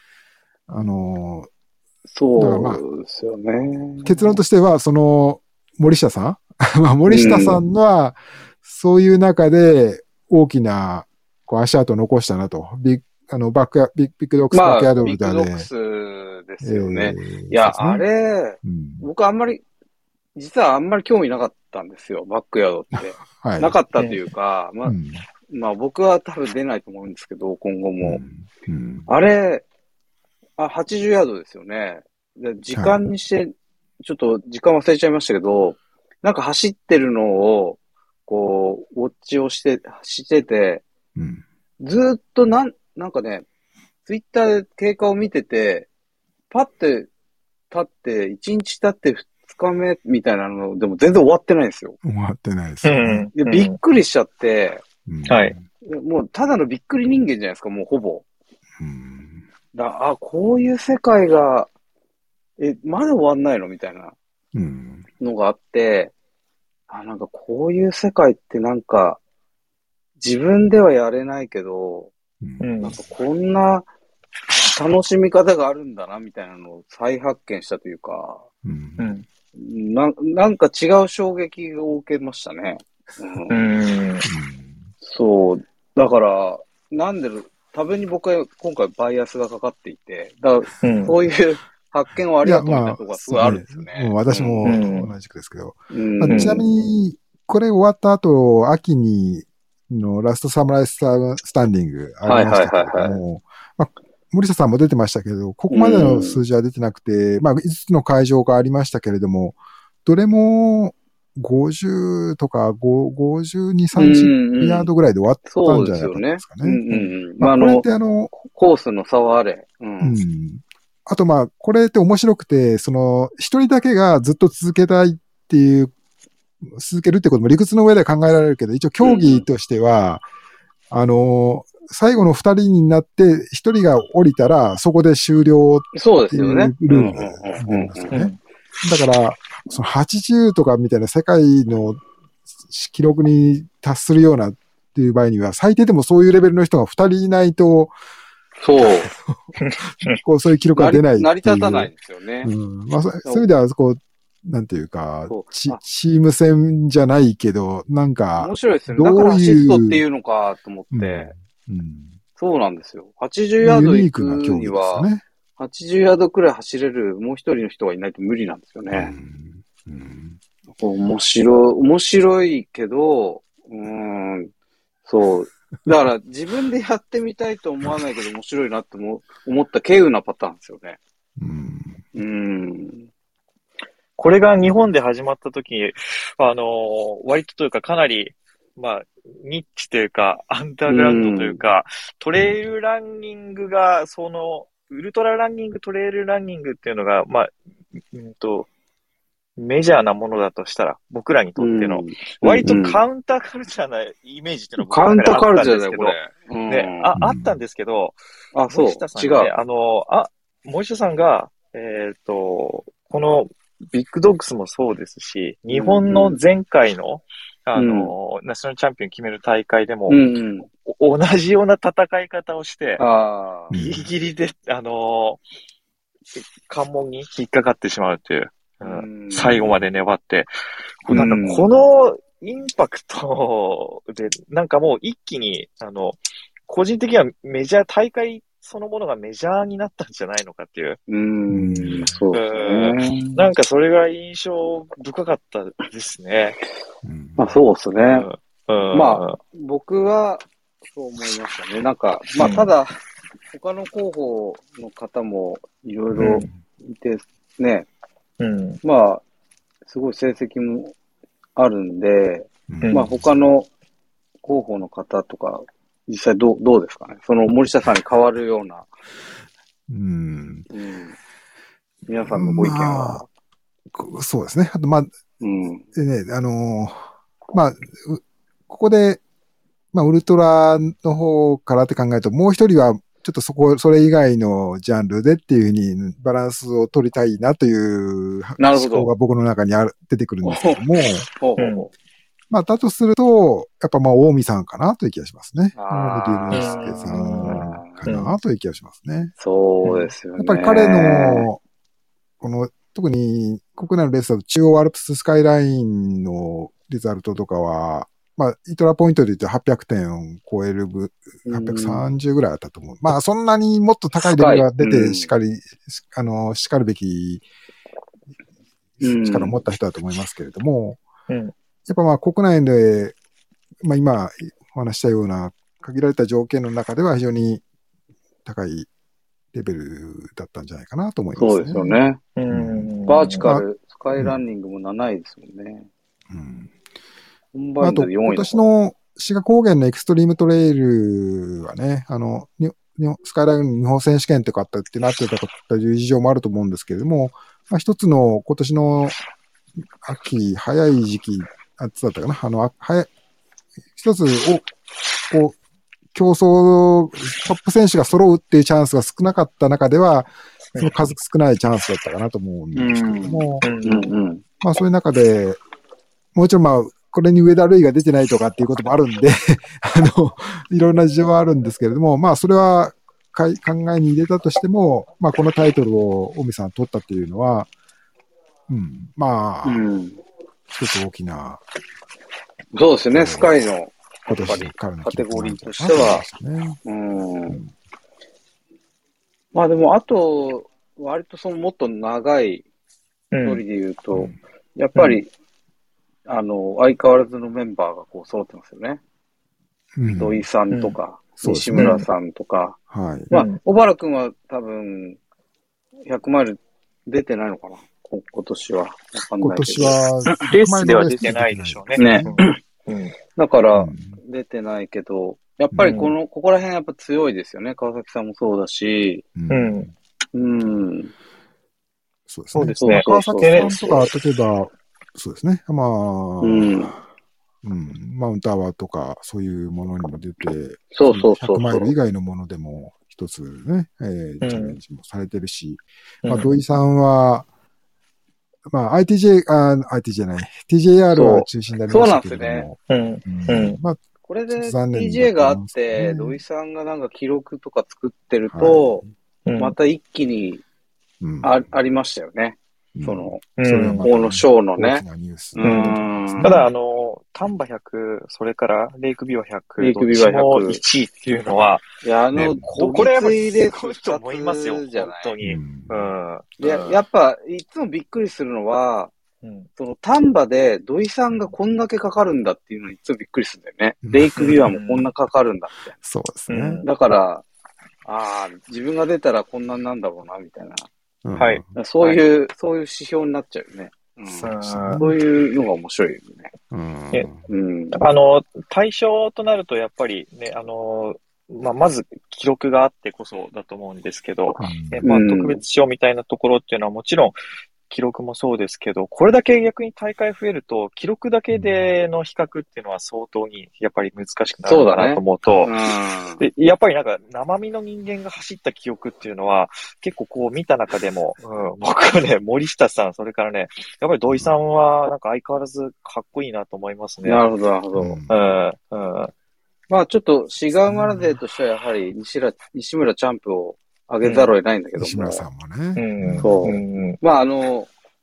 そうですよね。 結論としては、森下さんまあ森下さんは、そういう中で大きな足跡を残したなと。ビッグドックスバックヤードルダーで。 ビッグドックスですよね。いや、あれ、僕実はあんまり興味なかったんですよ、バックヤードって。はい、なかったというか、まあ僕は多分出ないと思うんですけど、今後も。あれ、80ヤードですよね。で時間にして、ちょっと時間忘れちゃいましたけど、なんか走ってるのを、こう、ウォッチをしてて、ずっとなんかね、ツイッターで経過を見てて、パッて立って、1日経って2日目みたいなのでも全然終わってないんですよ。 終わってないですよね。 でびっくりしちゃって、はい。もうただのびっくり人間じゃないですか、もうほぼ。こういう世界が、まだ終わんないのみたいなのがあって、なんかこういう世界ってなんか、自分ではやれないけど、なんかこんな楽しみ方があるんだな、みたいなのを再発見したというか、なんか違う衝撃を受けましたね。そう。だから、多分に僕は今回バイアスがかかっていて、だからそういう発見をありがとうみたいなところがすごいあるんですよね。 私も同じくですけど。ちなみに、これ終わった後、秋のラストサムライスタンディングありましたけれども、森下さんも出てましたけど、ここまでの数字は出てなくて、まあ、5つの会場がありましたけれども、どれも50とか52、30ヤードぐらいで終わったんじゃないですかね。 まあ、これってコースの差はあれ。 あとまあ、これって面白くて、一人だけがずっと続けたいっていう、続けるってことも理屈の上で考えられるけど、一応競技としては、最後の2人になって、1人が降りたら、そこで終了っていうルールなんですよね。だから、80とかみたいな世界の記録に達するようなっていう場合には、最低でもそういうレベルの人が2人いないと、そういう記録が出ない成り立たないんですよね。 まあ、そういう意味では、なんていうか、チーム戦じゃないけど、なんか、 面白いですよね。だからアシストっていうのかと思って。そうなんですよ。80ヤード行くには、80ヤードくらい走れるもう一人の人がいないと無理なんですよね。面白いけど、そう。だから自分でやってみたいと思わないけど面白いなって思った稀有なパターンですよね。 これが日本で始まった時、割とというかかなり、まあ、ニッチというか、アンダーグラウンドというか、トレイルランニングが、ウルトラランニング、トレイルランニングっていうのが、まあ、メジャーなものだとしたら、僕らにとっての、割とカウンターカルチャーなイメージっていうのがカウンターカルチャーだよ、これ。 あったんですけど、 そう、違う。 森下さんが、このビッグドッグスもそうですし、日本の前回の、ナショナルチャンピオン決める大会でも、同じような戦い方をして、ギリギリで、関門に引っかかってしまうという。 最後まで粘って、なんかこのインパクトで、なんかもう一気に、個人的には大会そのものがメジャーになったんじゃないのかっていう。 そうですね。 なんかそれが印象深かったですね。 まあそうですね。まあ、僕はそう思いましたね。なんか、まあただ、他の候補の方もいろいろいてね、まあ、すごい成績もあるんで、まあ他の候補の方とか、実際どうですかね。その森下さんに変わるような、皆さんのご意見は。 そうですね。あと、まあ、でね、まあ、ここで、まあ、ウルトラの方からって考えると、もう一人は、ちょっとそれ以外のジャンルでっていうふうにバランスを取りたいなという思考が僕の中に出てくるんですけども、まあ、だとすると、やっぱまあ、大見さんかなという気がしますね。大見龍之介さんかなという気がしますね。 そうですよね。 やっぱり彼の、この、特に国内のレースだと中央アルプススカイラインのリザルトとかは、まあ、イトラポイントで言うと800点を超える830ぐらいあったと思う。まあ、そんなにもっと高いレベルが出てしかるべき力を持った人だと思いますけれども、やっぱまあ国内で、まあ今お話したような限られた条件の中では非常に高いレベルだったんじゃないかなと思いますね。 そうですよね。バーチカル、スカイランニングも7位ですもんね。 あと、今年の志賀高原のエクストリームトレイルはね、スカイライン日本選手権とかってなってたという事情もあると思うんですけれども、まあ、一つの今年の秋、早い時期、いつだったかな、一つこう、競争、トップ選手が揃うっていうチャンスが少なかった中では、その数少ないチャンスだったかなと思うんですけれども、まあそういう中で、もちろんまあ、これに上田瑠衣が出てないとかっていうこともあるんで、いろんな事情はあるんですけれども、まあそれは考えに入れたとしても、まあこのタイトルを大見さん取ったっていうのは、まあ、一つ大きな。 そうですね、スカイの。 今年からのカテゴリーとしては。まあでも、あと、割ともっと長い距離で言うと、やっぱり、相変わらずのメンバーが揃ってますよね。土井さんとか、西村さんとか。まあ、小原くんは多分、100マイル出てないのかな今年は。わかんないけど。 今年は、 レースでは出てないでしょうね。 だから、出てないけど、やっぱりここら辺やっぱ強いですよね。川崎さんもそうだし。 そうですね。川崎さんとか、例えば、そうですね。まあ、マウントアワーとか、そういうものにも出て、100マイル以外のものでも一つね、チャレンジもされてるし、まあ、土井さんは、まあ、ITJ じゃない、TJR は中心になりましたけれども。 そうなんですね。まあ、これで TJ があって、土井さんがなんか記録とか作ってると、また一気にありましたよね。このショーのね。 ただ、丹波100、それからレイクビュー100、どっちも1位っていうのは、 いや、 これやっぱりすごいと思いますよ、本当に。 やっぱ、いつもびっくりするのは、丹波で土井さんがこんだけかかるんだっていうのにいつもびっくりするんだよね。レイクビューもこんなかかるんだって。 そうですね。 だから、自分が出たらこんなんなんだろうな、みたいな。 はい。 そういう指標になっちゃうよね。そういうのが面白いよね。 対象となるとやっぱりね、まず記録があってこそだと思うんですけど、特別賞みたいなところっていうのはもちろん記録もそうですけど、これだけ逆に大会増えると、記録だけでの比較っていうのは相当にやっぱり難しくなるかなと思うと、やっぱりなんか生身の人間が走った記憶っていうのは、結構見た中でも、僕はね、森下さん、それからね、やっぱり土井さんはなんか相変わらずかっこいいなと思いますね。 なるほど、なるほど。まあちょっと、志賀馬勢としてはやはり西村チャンプを上げざるを得ないんだけども。 西村さんもね。 そう。まあ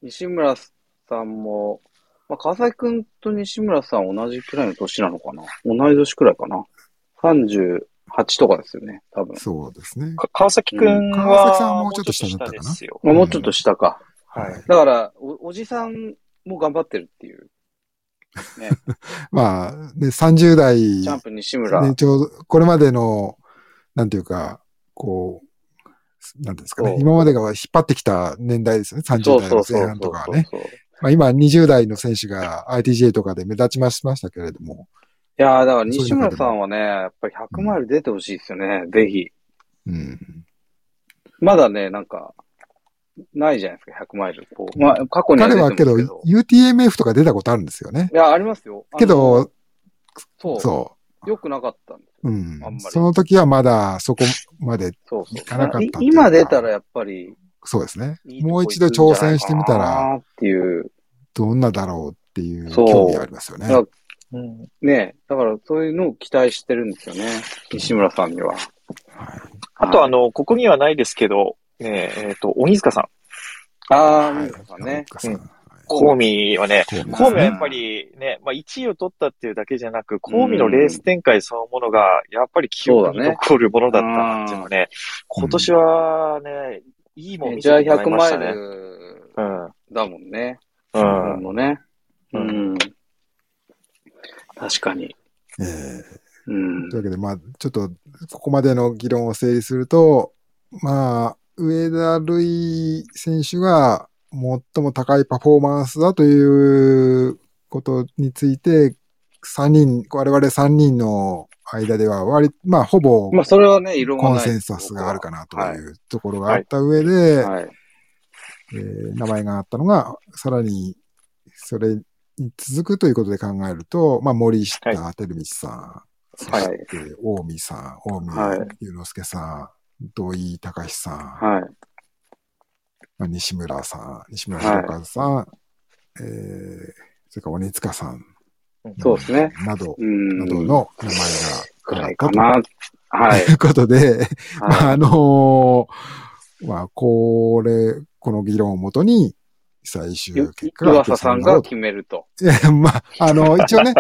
西村さんも、まあ、川崎くんと西村さん同じくらいの年なのかな、同い年くらいかな。38とかですよね、多分。 そうですね。 川崎くん川崎さんははもうちょっと下だったかな。 ですよ。 もうちょっと下か。 はい。 だからおじさんも頑張ってるっていう。ね。 まあ、ね、30代、 ジャンプ西村。 ね、ちょうど、これまでの、なんていうか、こう、なんですかね。今までが引っ張ってきた年代ですよね。30代の前半とかはね。まあ今20代の選手が ITJ とかで目立ちましたけれども。 いやー、だから西村さんはね、やっぱり100マイル出てほしいですよね。ぜひ。うん。まだね、なんか、ないじゃないですか、100マイル。こうまあ、過去には出てますけど。 彼はけど、UTMF とか出たことあるんですよね。 いや、ありますよ。 けど、 そう。よくなかったんですよ。 うん。あんまり。その時はまだそこまでいかなかった。 今出たらやっぱり。 そうですね。もう一度挑戦してみたら、 っていう。 どんなだろうっていう興味がありますよね。 ね、だからそういうのを期待してるんですよね。西村さんには。はい。 あとここにはないですけど、鬼塚さん。 鬼塚さんね。 コーミはね、コーミはやっぱりね、まあ1位を取ったっていうだけじゃなく、コーミのレース展開そのものが、やっぱり記憶に残るものだったなっていうのはね、今年はね、いいもん見せてもらいましたね。 100マイルだもんね。日本のね。確かに。 というわけで、まあ、ちょっと、ここまでの議論を整理すると、まあ、上田瑠衣選手が最も高いパフォーマンスだということについて、我々3人の間ではまあ、ほぼ、 まあ、それはね、 コンセンサスがあるかなというところがあった上で、名前があったのが、さらに、それに続くということで考えると、まあ、森下照道さん、そして、近江さん、近江祐之介さん、土井隆さん、まあ、西村弘和さん、それから鬼塚さん、 そうですね。 などの名前がくらいかな。 はい。ということで、まあ、まあ、この議論をもとに、最終結果が。 岩佐さんが決めると。 いや、まあ、一応ね、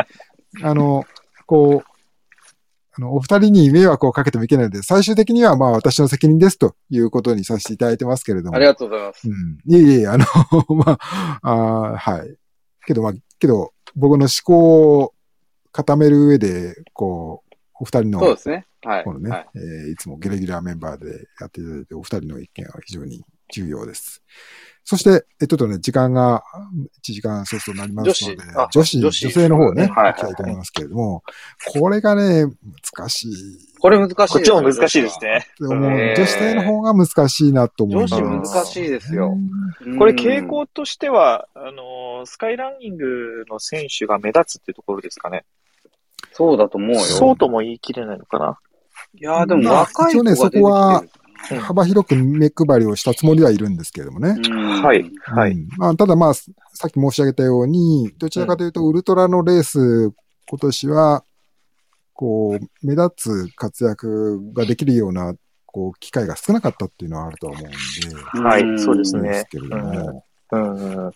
お二人に迷惑をかけてもいけないので、最終的にはまあ私の責任ですということにさせていただいてますけれども。 ありがとうございます。 いえ、まあ、はい。けど僕の思考を固める上で、お二人の、 そうですね。はい。 このね、いつもレギュラーメンバーでやっていただいて、お二人の意見は非常に重要です。そして、ちょっとね、時間が1時間そうそうなりますので、女性の方ね、行きたいと思いますけれども、これがね、難しい。 これ難しいです。 こっちも難しいですね。 女性の方が難しいなと思います。 女子難しいですよ。 これ傾向としては、スカイランニングの選手が目立つっていうところですかね。 そうだと思うよ。 そうとも言い切れないのかな。 いやでも若い子が出てきてる。 一応ね、そこは、幅広く目配りをしたつもりはいるんですけれどもね。 はい。はい。 まあ、ただまあ、さっき申し上げたように、どちらかというと、ウルトラのレース、今年は、目立つ活躍ができるような、機会が少なかったっていうのはあると思うんで。 はい、そうですね。 ですけれども。ま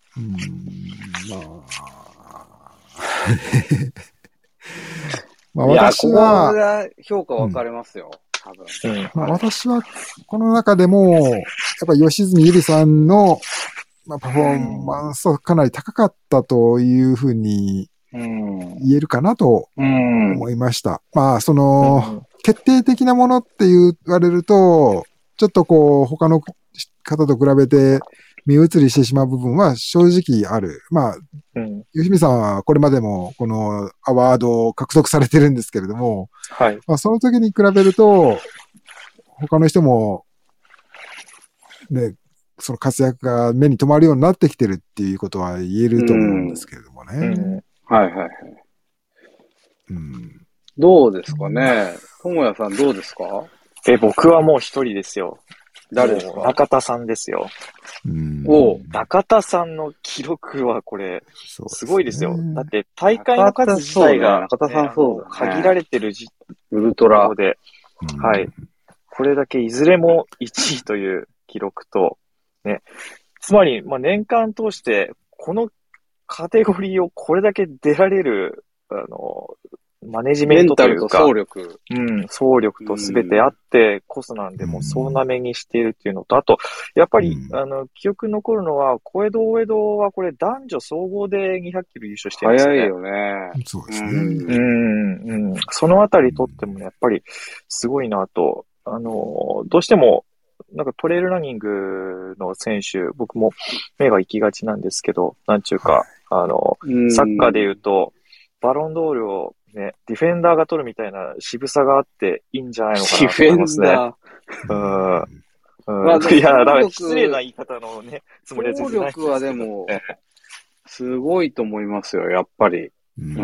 あ。まあ、私は、 ここが評価分かれますよ。 まあ、私は、この中でも、やっぱり吉住ゆりさんの、まあ、パフォーマンスはかなり高かったというふうに言えるかなと思いました。まあ、決定的なものって言われると、ちょっと他の方と比べて目移りしてしまう部分は正直ある。まあ、吉見さんはこれまでもこのアワードを獲得されてるんですけれども、 はい。 まあ、その時に比べると、他の人も、ね、その活躍が目に留まるようになってきてるっていうことは言えると思うんですけれどもね。 はいはいはい。どうですかね。ともやさんどうですか？ 僕はもう一人ですよ。 誰ですか？ 中田さんですよ。中田さんの記録はこれ、すごいですよ。だって大会の数自体が、 中田さんそうだね。 限られてるウルトラで、はい。これだけいずれも1位という記録と、ね、 つまり、まあ、年間通して、このカテゴリーをこれだけ出られる、マネジメントというか、 メンタルと走力。 走力とすべてあってこそなんで、もう総なめにしているっていうのと、あと、やっぱり、記憶に残るのは、小江戸、大江戸はこれ男女総合で200キロ優勝してるんですよね。 早いよね。 そうですね。 そのあたりとってもね、やっぱりすごいなと、どうしても、なんかトレイルランニングの選手、僕も目が行きがちなんですけど、なんちゅうか、サッカーで言うと、バロンドールをね、ディフェンダーが取るみたいな渋さがあっていいんじゃないのかなと思いますね。ディフェンダー。いや、だから失礼な言い方のね、つもりは全然ないんですけど。 走力はでも、すごいと思いますよ、やっぱり。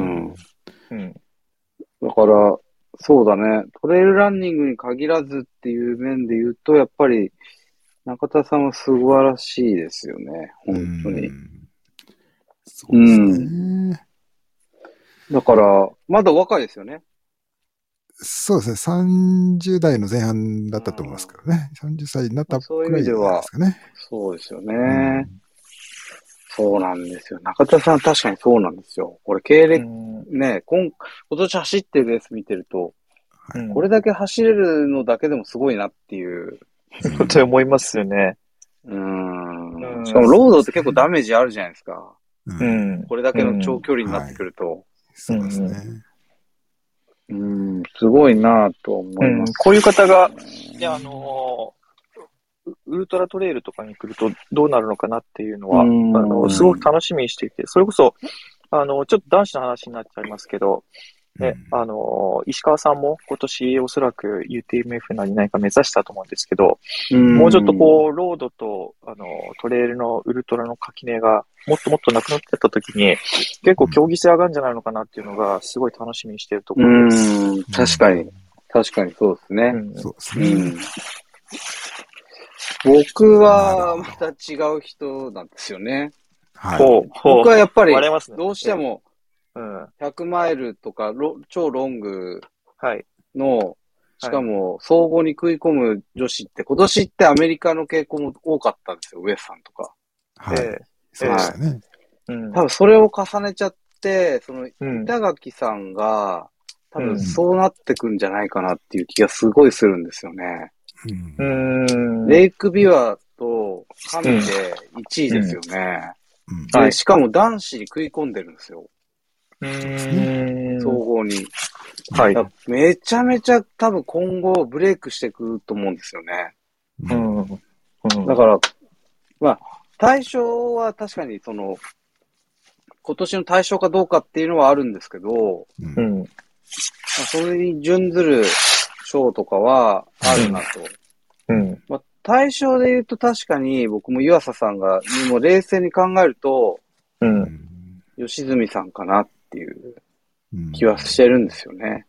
だから、そうだね。トレイルランニングに限らずっていう面で言うと、やっぱり、中田さんは素晴らしいですよね。本当に。 そうですね。 だから、まだ若いですよね。 そうですね。30代の前半だったと思いますけどね。30歳になったくらいですかね。 そうですよね。そうなんですよ。中田さん確かにそうなんですよ。これ経歴、ね、今年走ってるレース見てると、これだけ走れるのだけでもすごいなっていう。 と思いますよね。 しかもロードって結構ダメージあるじゃないですか。これだけの長距離になってくると。 そうですね。 すごいなと思います。 こういう方が、で、ウルトラトレイルとかに来るとどうなるのかなっていうのは、すごく楽しみにしていて、それこそ、ちょっと男子の話になっちゃいますけど、ね、石川さんも今年おそらく UTMF なり何か目指したと思うんですけど、もうちょっとこう、ロードと、トレイルのウルトラの垣根がもっともっとなくなってった時に、結構競技性上がるんじゃないのかなっていうのが、すごい楽しみにしているところです。 確かに。確かにそうですね。 そうですね。 僕はまた違う人なんですよね。僕はやっぱり、どうしても、100マイルとか超ロングの、しかも総合に食い込む女子って今年ってアメリカの傾向も多かったんですよ、ウエスさんとか。 そうでしたね。 多分それを重ねちゃって、その板垣さんが多分そうなってくんじゃないかなっていう気がすごいするんですよね。レイクビュアと神で1位ですよね。しかも男子に食い込んでるんですよ。総合に。めちゃめちゃ多分今後ブレイクしていくと思うんですよね。だから、まあ、対象は確かに今年の対象かどうかっていうのはあるんですけど、それに準ずる賞とかはあるなと。対象で言うと確かに僕も湯浅さんが、もう冷静に考えると、吉住さんかなっていう気はしてるんですよね。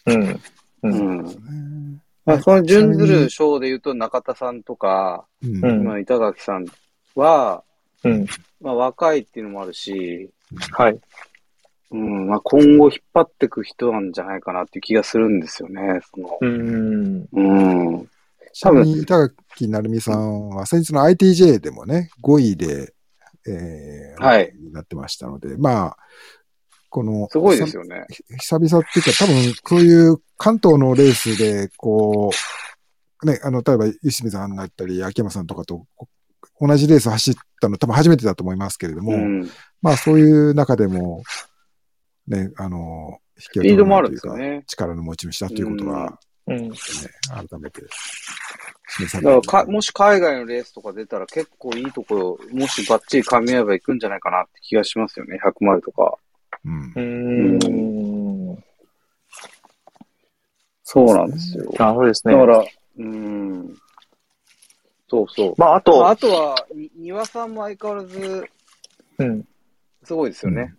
その準ずる賞で言うと中田さんとか、板垣さんは、若いっていうのもあるし、今後引っ張っていく人なんじゃないかなっていう気がするんですよね。 ちなみに板垣成美さんは先日の ITJ でもね、5位で、になってましたので、この、 すごいですよね。 久々っていうか多分そういう関東のレースで、こう、ね、例えば、吉住さんだったり、秋山さんとかと同じレース走ったの多分初めてだと思いますけれども、そういう中でも、ね、引きリードもあるんですよね。 力の持ち主だということが、改めて示されて。だからもし海外のレースとか出たら結構いいところ、もしバッチリ噛み合えば行くんじゃないかなって気がしますよね。100マイルとか。そうなんですよ。 そうですね。 だから、そうそう。あとは、庭さんも相変わらず、すごいですよね。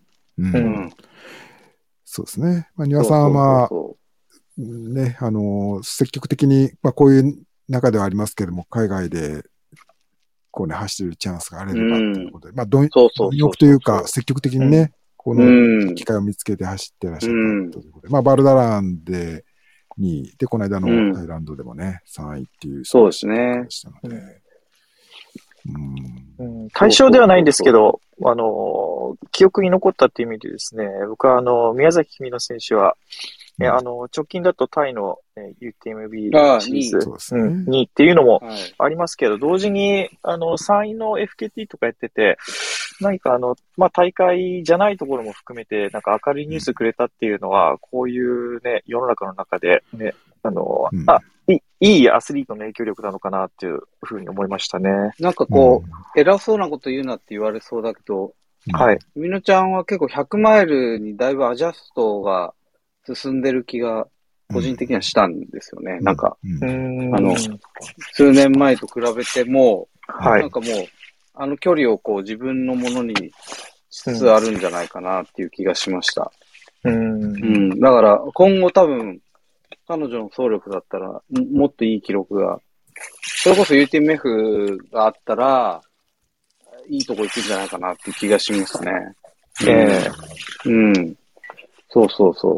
そうですね。庭さんは、ね、積極的に、こういう中ではありますけれども、海外で、こうね、走るチャンスがあればということで、貪欲というか、積極的にね、この機会を見つけて走ってらっしゃったということで、バルダランで2位で、この間のタイランドでもね、3位っていう。 そうですね。 対象ではないんですけど、記憶に残ったっていう意味でですね、僕は宮崎君の選手は、直近だとタイの UTMB シリーズ2位っていうのもありますけど、同時に、3位の FKT とかやってて、何か大会じゃないところも含めて、なんか明るいニュースくれたっていうのは、こういうね、世の中の中でね、いいアスリートの影響力なのかなっていうふうに思いましたね。 なんかこう、偉そうなこと言うなって言われそうだけど、 はい。 みのちゃんは結構100マイルにだいぶアジャストが進んでる気が個人的にはしたんですよね。なんか、数年前と比べても、なんかもう、距離をこう自分のものにしつつあるんじゃないかなっていう気がしました。だから今後多分、彼女の走力だったら、もっといい記録が、それこそ UTMF があったら、いいとこ行くんじゃないかなっていう気がしますね。そうそうそう。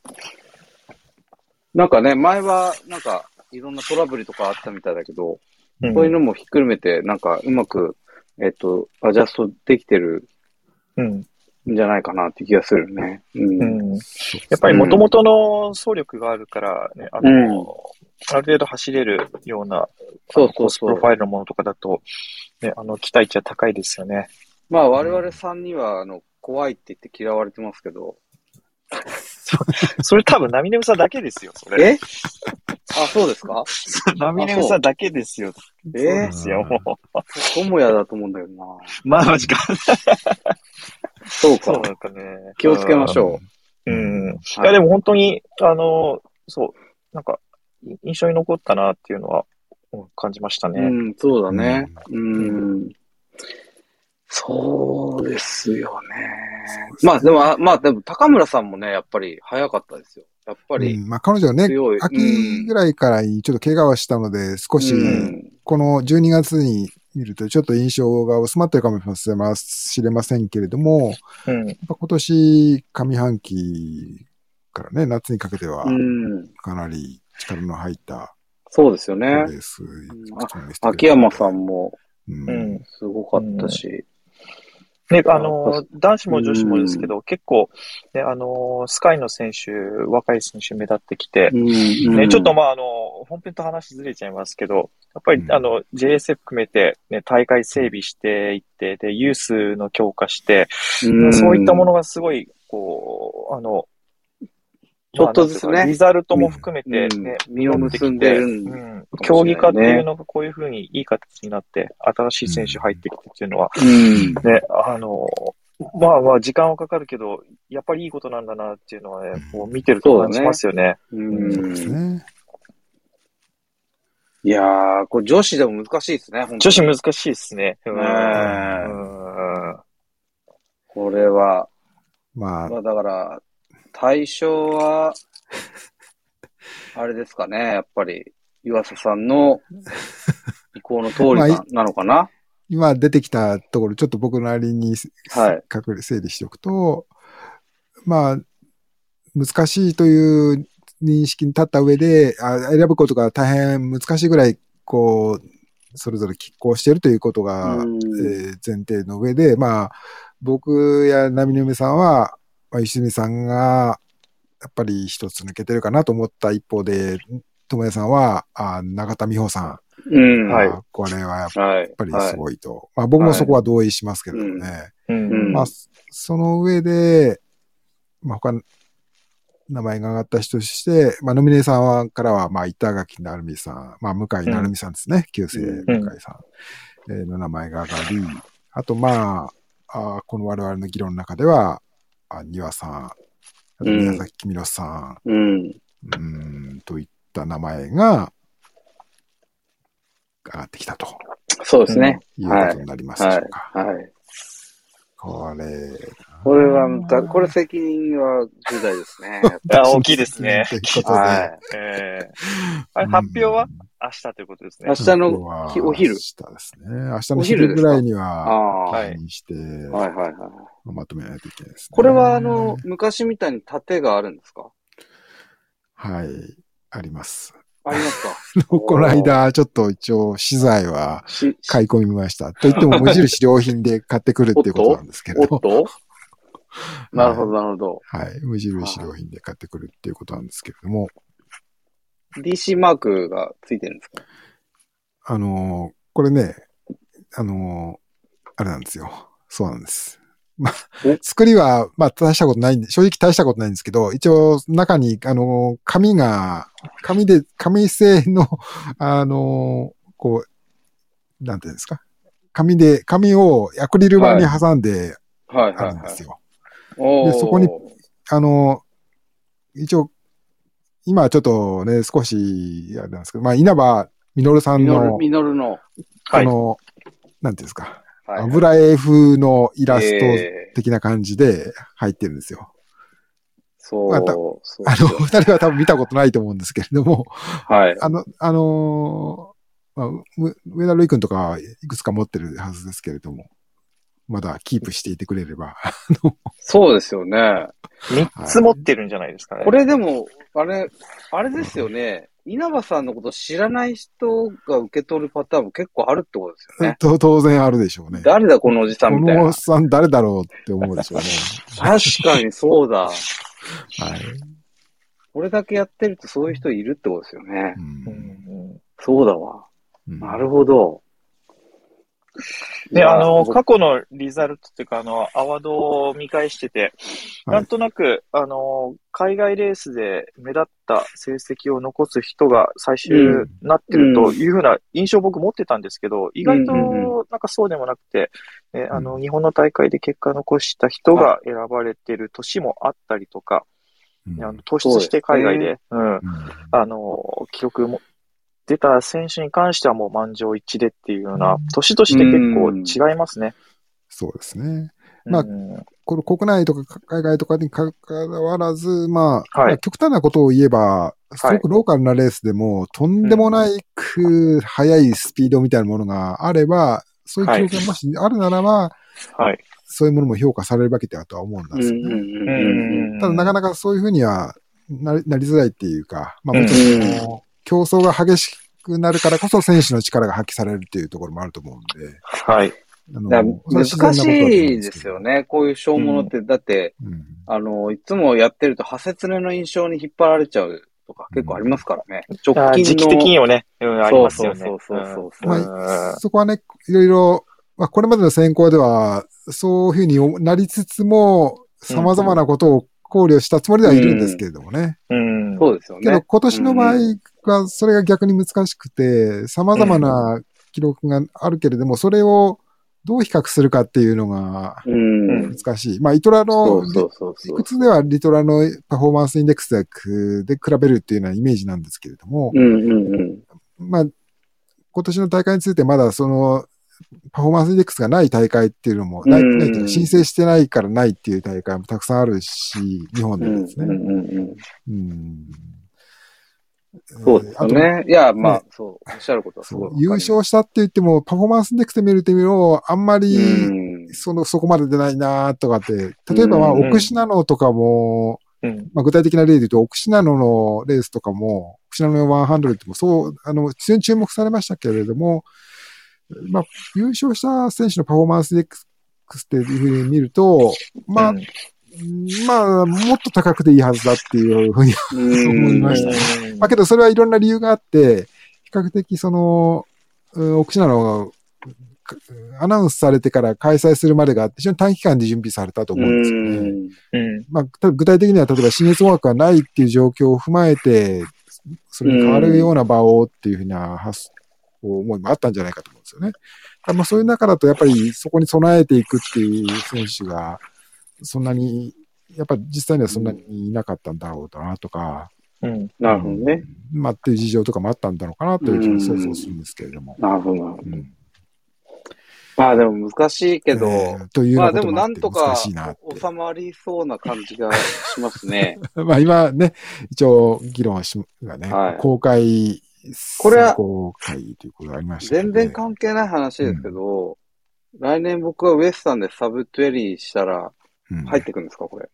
なんかね、前は、なんか、いろんなトラブルとかあったみたいだけど、そういうのもひっくるめて、なんか、うまく、アジャストできてる、んじゃないかなって気がするね。 やっぱり元々の走力があるからね、ある程度走れるような、コースプロファイルのものとかだと、ね、期待値は高いですよね。 まあ、我々さんには、怖いって言って嫌われてますけど。 それ多分、ナミネムさんだけですよ、それ。 あ、そうですか？ ナミネムさんだけですよ。そうですよ、もう。 友也だと思うんだけどな。 まあ、マジか。 そうか。 そうなんかね。 気をつけましょう。いや、でも本当に、そう、なんか、印象に残ったなっていうのは、感じましたね。 そうだね。そうですよね。まあでも高村さんもね、やっぱり早かったですよ。やっぱり。 まあ彼女はね、秋ぐらいからちょっと怪我をしたので、少し、この12月に見るとちょっと印象が薄まってるかもしれませんけれども、やっぱ今年上半期からね、夏にかけては、かなり力の入った、 そうですよね。秋山さんも、すごかったし。 ね、男子も女子もですけど、結構、ね、スカイの選手、若い選手目立ってきて、ね、ちょっとまあ、本編と話ずれちゃいますけど、やっぱり、JSF 含めて、ね、大会整備していって、で、ユースの強化して、そういったものがすごい、こう、 ちょっとずつね。 リザルトも含めてね、 実を結んでる競技化っていうのがこういうふうにいい形になって、新しい選手入ってきてっていうのは、ね、まあ、時間はかかるけど、やっぱりいいことなんだなっていうのはね、こう見てると感じますよね。 そうですね。 いやー、これ女子でも難しいですね、 女子難しいですね。 これは、 まあだから、対象は、あれですかね、やっぱり、岩佐さんの意向の通りなのかな、 今出てきたところ、ちょっと僕なりに整理しておくと、まあ、難しいという認識に立った上で、選ぶことが大変難しいぐらい、こう、それぞれ拮抗しているということが、前提の上で、まあ、僕や波の梅さんは、石見さんが、やっぱり一つ抜けてるかなと思った一方で、友也さんは、永田美穂さん。これはやっぱりすごいと。まあ僕もそこは同意しますけれどもね。まあ、その上で、まあ他、名前が挙がった人として、まあノミネーさんからは、まあ板垣成美さん、まあ向井成美さんですね。旧姓向井さんの名前が挙がり、あとまあ、この我々の議論の中では、庭さん、宮崎君乃さん、といった名前が上がってきたと。 そうですね。 いうことになりますでしょうか。 これは、これ責任は重大ですね。 大きいですね。 ということで。 発表は明日ということですね。 明日のお昼。 明日ですね。明日の昼ぐらいには、にして、まとめないといけないですね。 これは昔みたいに盾があるんですか？ はい、あります。 ありますか。 この間、ちょっと一応、資材は買い込みました。といっても、無印良品で買ってくるっていうことなんですけれど。 おっとなるほど、なるほど。 はい。無印良品で買ってくるっていうことなんですけれども。 DC マークがついてるんですか？ これね、あれなんですよ。そうなんです。まあ、作りは、まあ、大したことないんで、正直大したことないんですけど、一応、中に、紙製の、こう、なんていうんですか。紙をアクリル板に挟んであるんですよ。で、そこに、一応、今ちょっとね、少し、あれなんですけど、まあ、稲葉実さんの、なんていうんですか。油絵風のイラスト的な感じで入ってるんですよ。 そう。 二人は多分見たことないと思うんですけれども、 はい。 まあ、上田瑠衣君とかいくつか持ってるはずですけれども、まだキープしていてくれれば。 そうですよね。 3つ持ってるんじゃないですかね。 これでも、あれですよね。稲葉さんのこと知らない人が受け取るパターンも結構あるってことですよね。 当然あるでしょうね。 誰だこのおじさんみたいな。 このおじさん誰だろうって思うでしょうね。 確かにそうだ。はい。これだけやってるとそういう人いるってことですよね。そうだわ。なるほど。 で、過去のリザルトっていうか、アワードを見返してて、なんとなく、海外レースで目立った成績を残す人が最終なってるというふうな印象を僕持ってたんですけど、意外となんかそうでもなくて、日本の大会で結果を残した人が選ばれてる年もあったりとか、突出して海外で、記録も、出た選手に関してはもう満場一致でっていうような、年として結構違いますね。 そうですね。まあ、この国内とか海外とかに関わらず、まあ、極端なことを言えば、すごくローカルなレースでも、とんでもない速いスピードみたいなものがあれば、そういう記録がもしあるならば、そういうものも評価されるわけだとは思うんですよね。ただなかなかそういうふうにはなりづらいっていうか、まあもちろん競争が激しくなるからこそ選手の力が発揮されるっていうところもあると思うんで。 はい。 難しいですよね。こういう小物って。だって、いつもやってると、ハセツネの印象に引っ張られちゃうとか結構ありますからね。 直近の。時期的にもね、ありますよね。 そこはね、いろいろ、まあ、これまでの選考では、そういうふうになりつつも、様々なことを考慮したつもりではいるんですけれどもね。 そうですよね。 けど今年の場合は、それが逆に難しくて、様々な記録があるけれども、それをどう比較するかっていうのが難しい。まあ、リトラの、いくつではリトラのパフォーマンスインデックスで比べるっていうようなイメージなんですけれども、まあ、今年の大会についてまだその、パフォーマンスインデックスがない大会っていうのも、ないというか申請してないからないっていう大会もたくさんあるし、日本でですね。 そうですよね。いや、まあ、そう、おっしゃることはすごい。 優勝したって言っても、パフォーマンスインデックスで見るとあんまり、そこまで出ないなとかって、例えばまあ、オクシナノとかも、まあ、具体的な例で言うと、オクシナノのレースとかも、オクシナノ100ってもそう、非常に注目されましたけれども、まあ、優勝した選手のパフォーマンスインデックスっていうふうに見ると、まあ、もっと高くていいはずだっていうふうに思いましたね。まあけどそれはいろんな理由があって、比較的オクシナノがアナウンスされてから開催するまでが非常に短期間で準備されたと思うんですよね。まあ、具体的には例えば新越音楽がないっていう状況を踏まえて、それに変わるような場をっていうふうな思いもあったんじゃないかと思うんですよね。まあそういう中だとやっぱりそこに備えていくっていう選手がそんなに、やっぱ実際にはそんなにいなかったんだろうなとか、 なるほどね。 まあっていう事情とかもあったんだろうかなという気も想像するんですけれども。 なるほど、なるほど。まあでも難しいけど、まあでもなんとか収まりそうな感じがしますね。 まあ今ね、一応議論がね、公開これは公開ということがありました全然関係ない話ですけど、来年僕はウエスタンでサブ20したら入ってくるんですか、これ。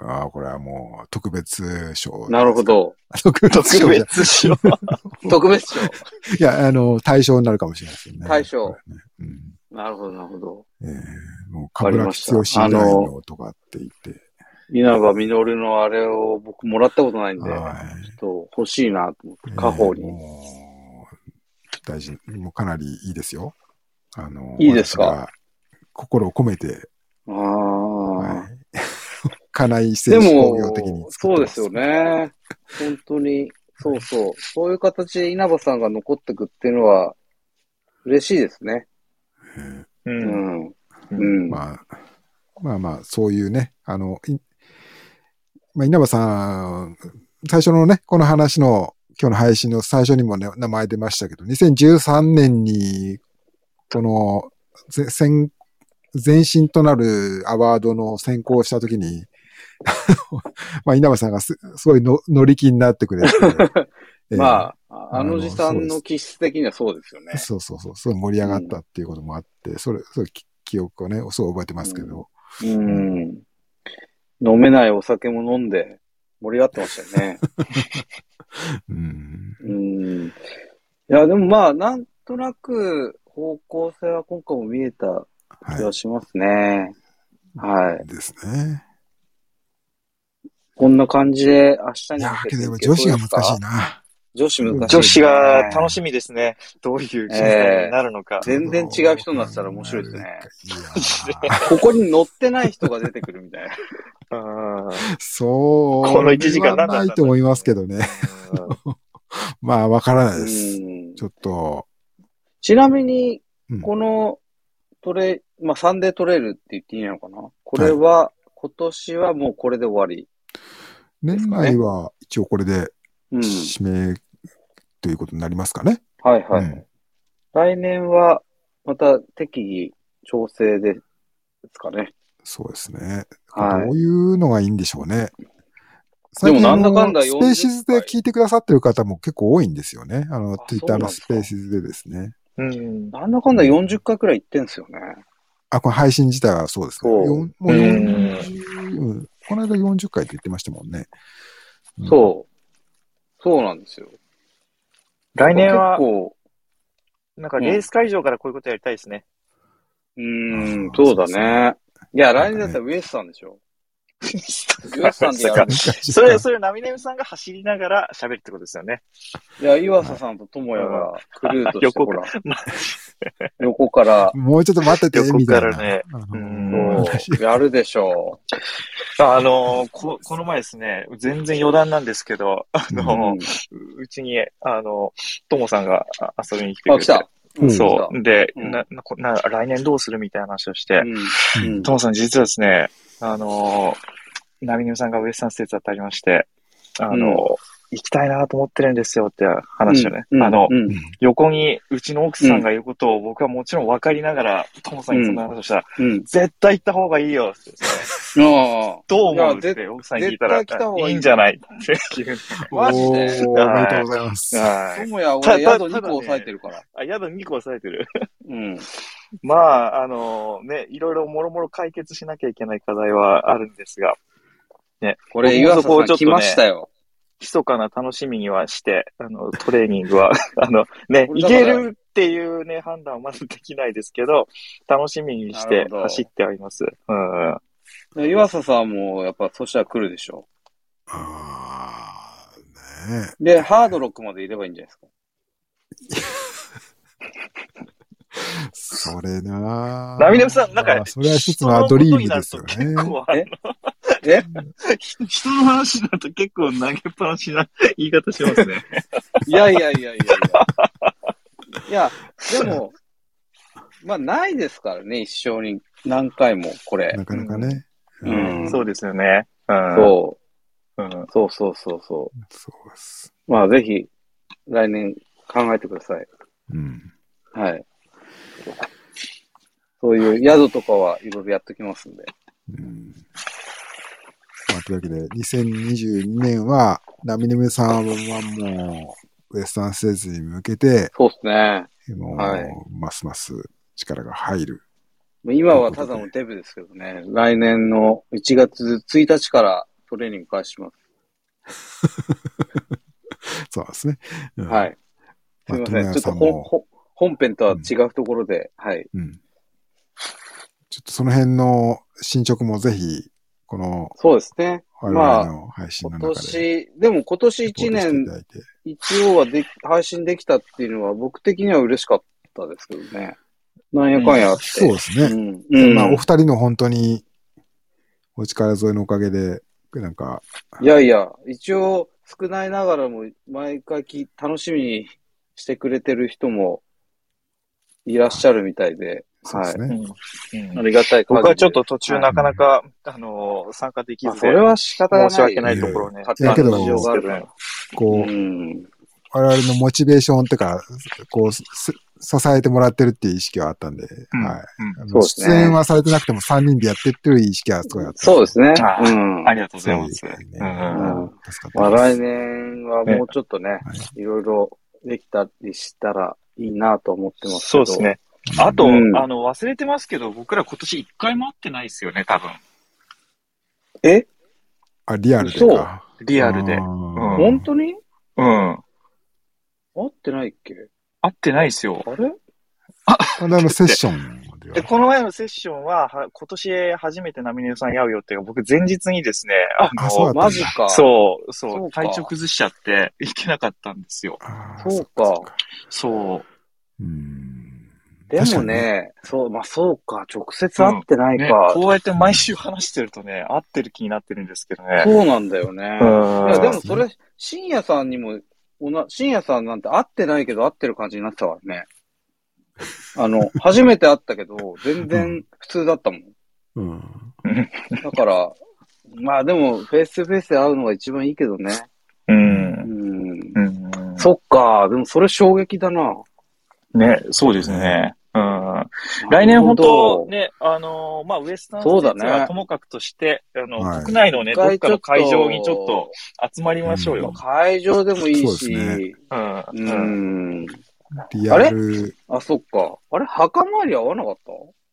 ああ、これはもう特別賞。 なるほど。 特別賞。 特別賞。 いや、対象になるかもしれないですよね。 対象。 ねうん、 なるほど、なるほど。 もう、冠城剛以外のとかって言って。 稲葉実のあれを僕もらったことないんで、ちょっと欲しいなと思って、家宝に。 もう大事、もうかなりいいですよ。 いいですか？ 心を込めて。 はい。 金井選手工業的に作ってます。 そうですよね。本当に、そうそう。そういう形で稲葉さんが残ってくっていうのは、嬉しいですね。 まあ、そういうね、稲葉さん、最初のね、この話の、今日の配信の最初にもね、名前出ましたけど、2013年に、この、前身となるアワードの選考したときに、稲葉さんがすごい乗り気になってくれて。 まあ、おじさんの気質的にはそうですよね。 そう。すごい盛り上がったっていうこともあって、そういう記憶をね、そう覚えてますけど。 飲めないお酒も飲んで盛り上がってましたよね。いや、でもまあ、なんとなく方向性は今回も見えた気がしますね。はい。 ですね。 こんな感じで明日にいやー、けど女子が難しいな。 女子難しい、ね。 女子が楽しみですね。どういう審査員になるのか。 全然違う人になってたら面白いですね。ここに乗ってない人が出てくるみたいな。 そう。 この1時間ないと思いますけどね。まあ、わからないです。ちょっと。 ちなみに、このサンデートレイルって言っていいのかな？これは、今年はもうこれで終わり、ね。 年内は一応これで指名ということになりますかね。 はい。来年はまた適宜調整ですかね。 そうですね。どういうのがいいんでしょうね。 でもなんだかんだスペーシズで聞いてくださってる方も結構多いんですよね。ツイッターのスペーシズでですね。 なんだかんだ40回くらい行ってんすよね。 この配信自体はそうですね。もう40、この間40回って言ってましたもんね。 そうなんですよ。 来年は、なんかレース会場からこういうことやりたいですね。 そうだね。いや、来年だったらウエスさんでしょ。ウエスさんでやる。 それナミネムさんが走りながら喋るってことですよね。 いや、岩佐さんと智也がクルーとしてほら。横から。 もうちょっと待ってて、みたいな。 横からね。 やるでしょう。 この前ですね、全然余談なんですけど、うちに、ともさんが遊びに来てくれて。 来た。 そう。で、来年どうするみたいな話をして、ともさん実はですね、ナミネムさんがウエスタンステーツだってありまして、行きたいなと思ってるんですよって話をね、横にうちの奥さんがいることを僕はもちろん分かりながら、トモさんにそんな話をしたら、絶対行った方がいいよってですね。どう思うって奥さんに聞いたら、いいんじゃないって言う。 マジでおめでとうございます。 智也、俺宿2個押さえてるから。 宿2個押さえてる。まあ、ね、いろいろもろもろ解決しなきゃいけない課題はあるんですが、ね、 これ、岩佐さん来ましたよ。 密かな楽しみにはして、トレーニングは、ね、いけるっていうね、判断はまずできないですけど、楽しみにして走ってはいます。 岩佐さんも、やっぱ、そしたら来るでしょ。 ね。 で、ハードロックまでいればいいんじゃないですか。 それなぁ。 ナミネムさん、なんか、 それは一つのドリームですよね。 人の話だと結構投げっぱなしな言い方しますね。 いや。いや、でも、まあ、ないですからね、一生に何回も、これ。 なかなかね。 そうですよね。 そう。 そうです。 まあ、ぜひ、来年考えてください。はい。そういう宿とかはいろいろやっときますんで。 というわけで、2022年は、ナミネムさんはもう、ウエスタンステージに向けて、 そうですね。 もう、ますます力が入る。 今はただのデブですけどね、来年の1月1日からトレーニング開始します。 そうですね。 はい。すいません。ちょっと本編とは違うところで、はい。 ちょっとその辺の進捗もぜひ、 そうですね。 我々の配信の中で。でも今年1年、一応は配信できたっていうのは僕的には嬉しかったですけどね。なんやかんやあって。 そうですね。まあ、お二人の本当に、お力添えのおかげで、なんか。 いやいや、一応少ないながらも毎回楽しみにしてくれてる人もいらっしゃるみたいで。 そうですね。 ありがたい。 僕はちょっと途中なかなか、参加できずで。 それは仕方がない。 申し訳ないところね。 いやけど、我々のモチベーションってか、支えてもらってるっていう意識はあったんで、はい。 そうですね。 出演はされてなくても3人でやってっていう意識はすごいあった。 そうですね。 ありがとうございます。 来年はもうちょっとね、いろいろできたりしたらいいなと思ってますけど。 そうですね。あと、忘れてますけど、僕ら今年1回も会ってないですよね、多分。 リアルでか。 リアルで。 本当に？会ってないっけ？ 会ってないですよ。 あれ？ セッションで、この前のセッションは、今年初めてナミネさんに会うよっていうか、僕前日にですね、 マジか。 そう、体調崩しちゃって行けなかったんですよ。 そうか。 そう。 でもね、そうか、直接会ってないか。 こうやって毎週話してるとね、会ってる気になってるんですけどね。 そうなんだよね。いや、でもそれ、深夜さんにも、深夜さんなんて会ってないけど会ってる感じになってたからね。初めて会ったけど、全然普通だったもん。だから、まあでも、フェイス2フェイスで会うのが一番いいけどね。そっか、でもそれ衝撃だな。 ね、そうですね。来年本当ね、まあ、ウエスタンステーツはともかくとして、国内のね、どっかの会場にちょっと集まりましょうよ。 会場でもいいし、 リアル。 そっか。あれ墓参り合わなかった？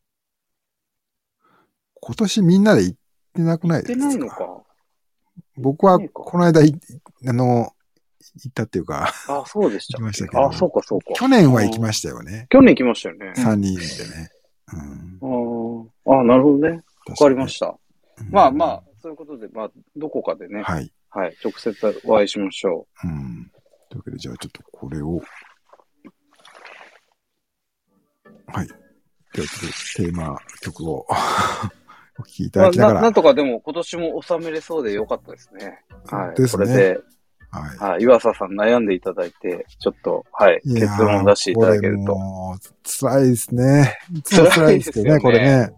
今年みんなで行ってなくないですか？ 行ってないのか。 僕はこの間行ったっていうか。 そうでした。 行きましたけど。 そうか。 去年は行きましたよね。 去年行きましたよね。 3人でね。 なるほどね。わかりました。まあ、そういうことで、まあ、どこかでね。はい。直接お会いしましょう。というわけで、じゃあちょっとこれを。はい。ではちょっとテーマ曲をお聴きいただきながら。 なんとかでも今年も収めれそうでよかったですね。はい。ですね。これで、岩佐さん悩んでいただいて、ちょっと、結論を出していただけると。 もう辛いですね。辛いですけどね、これね。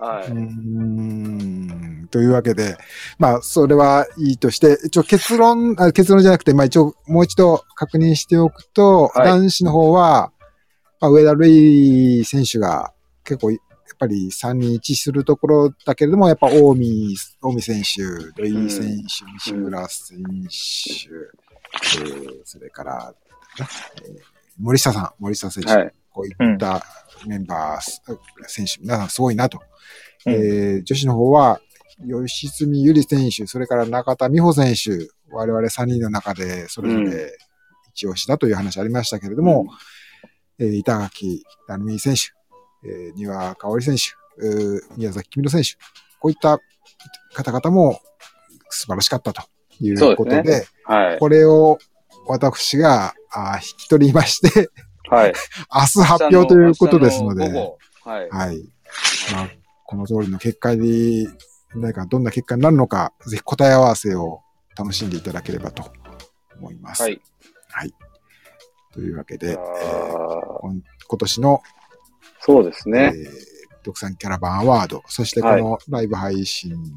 というわけで、まあ、それはいいとして、一応結論じゃなくて、まあ一応もう一度確認しておくと、男子の方は、上田瑠衣選手が結構、やっぱり3人一致するところだけれども、やっぱ近江選手、土井選手、西村選手、それから、森下選手、こういったメンバー、選手、皆さんすごいなと。女子の方は、吉住ゆり選手、それから中田美穂選手、我々3人の中でそれぞれ一押しだという話ありましたけれども、板垣成美選手、丹羽香織選手、宮崎君乃選手、こういった方々も素晴らしかったということで、これを私が引き取りまして、明日発表ということですので、まあ、この通りの結果に、どんな結果になるのか、ぜひ答え合わせを楽しんでいただければと思います。はい。というわけで、今年の、 そうですね。 独産キャラバンアワード、そしてこのライブ配信の、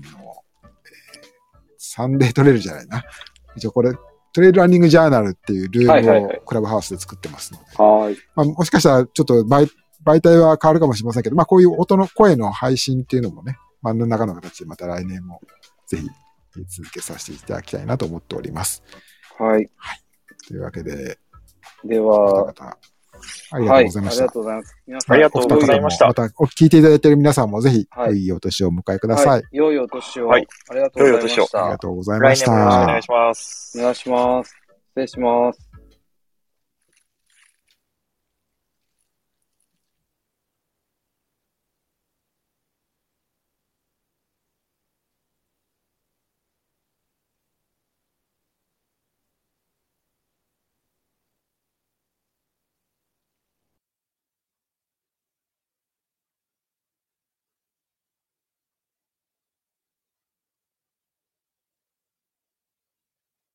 サンデートレイルじゃないな。一応これ、トレイルランニングジャーナルっていうルームをクラブハウスで作ってますので、まあ、もしかしたらちょっと媒体は変わるかもしれませんけど、まあこういう声の配信っていうのもね、何らかの形でまた来年もぜひ続けさせていただきたいなと思っております。 はい。 というわけで、 では、 ありがとうございました。 ありがとうございます。皆さん、 ありがとうございました。 また、聞いていただいている皆さんもぜひ、良いお年をお迎えください。 良いお年を。ありがとうございました。 ありがとうございました。 来年もよろしくお願いします。 お願いします。失礼します。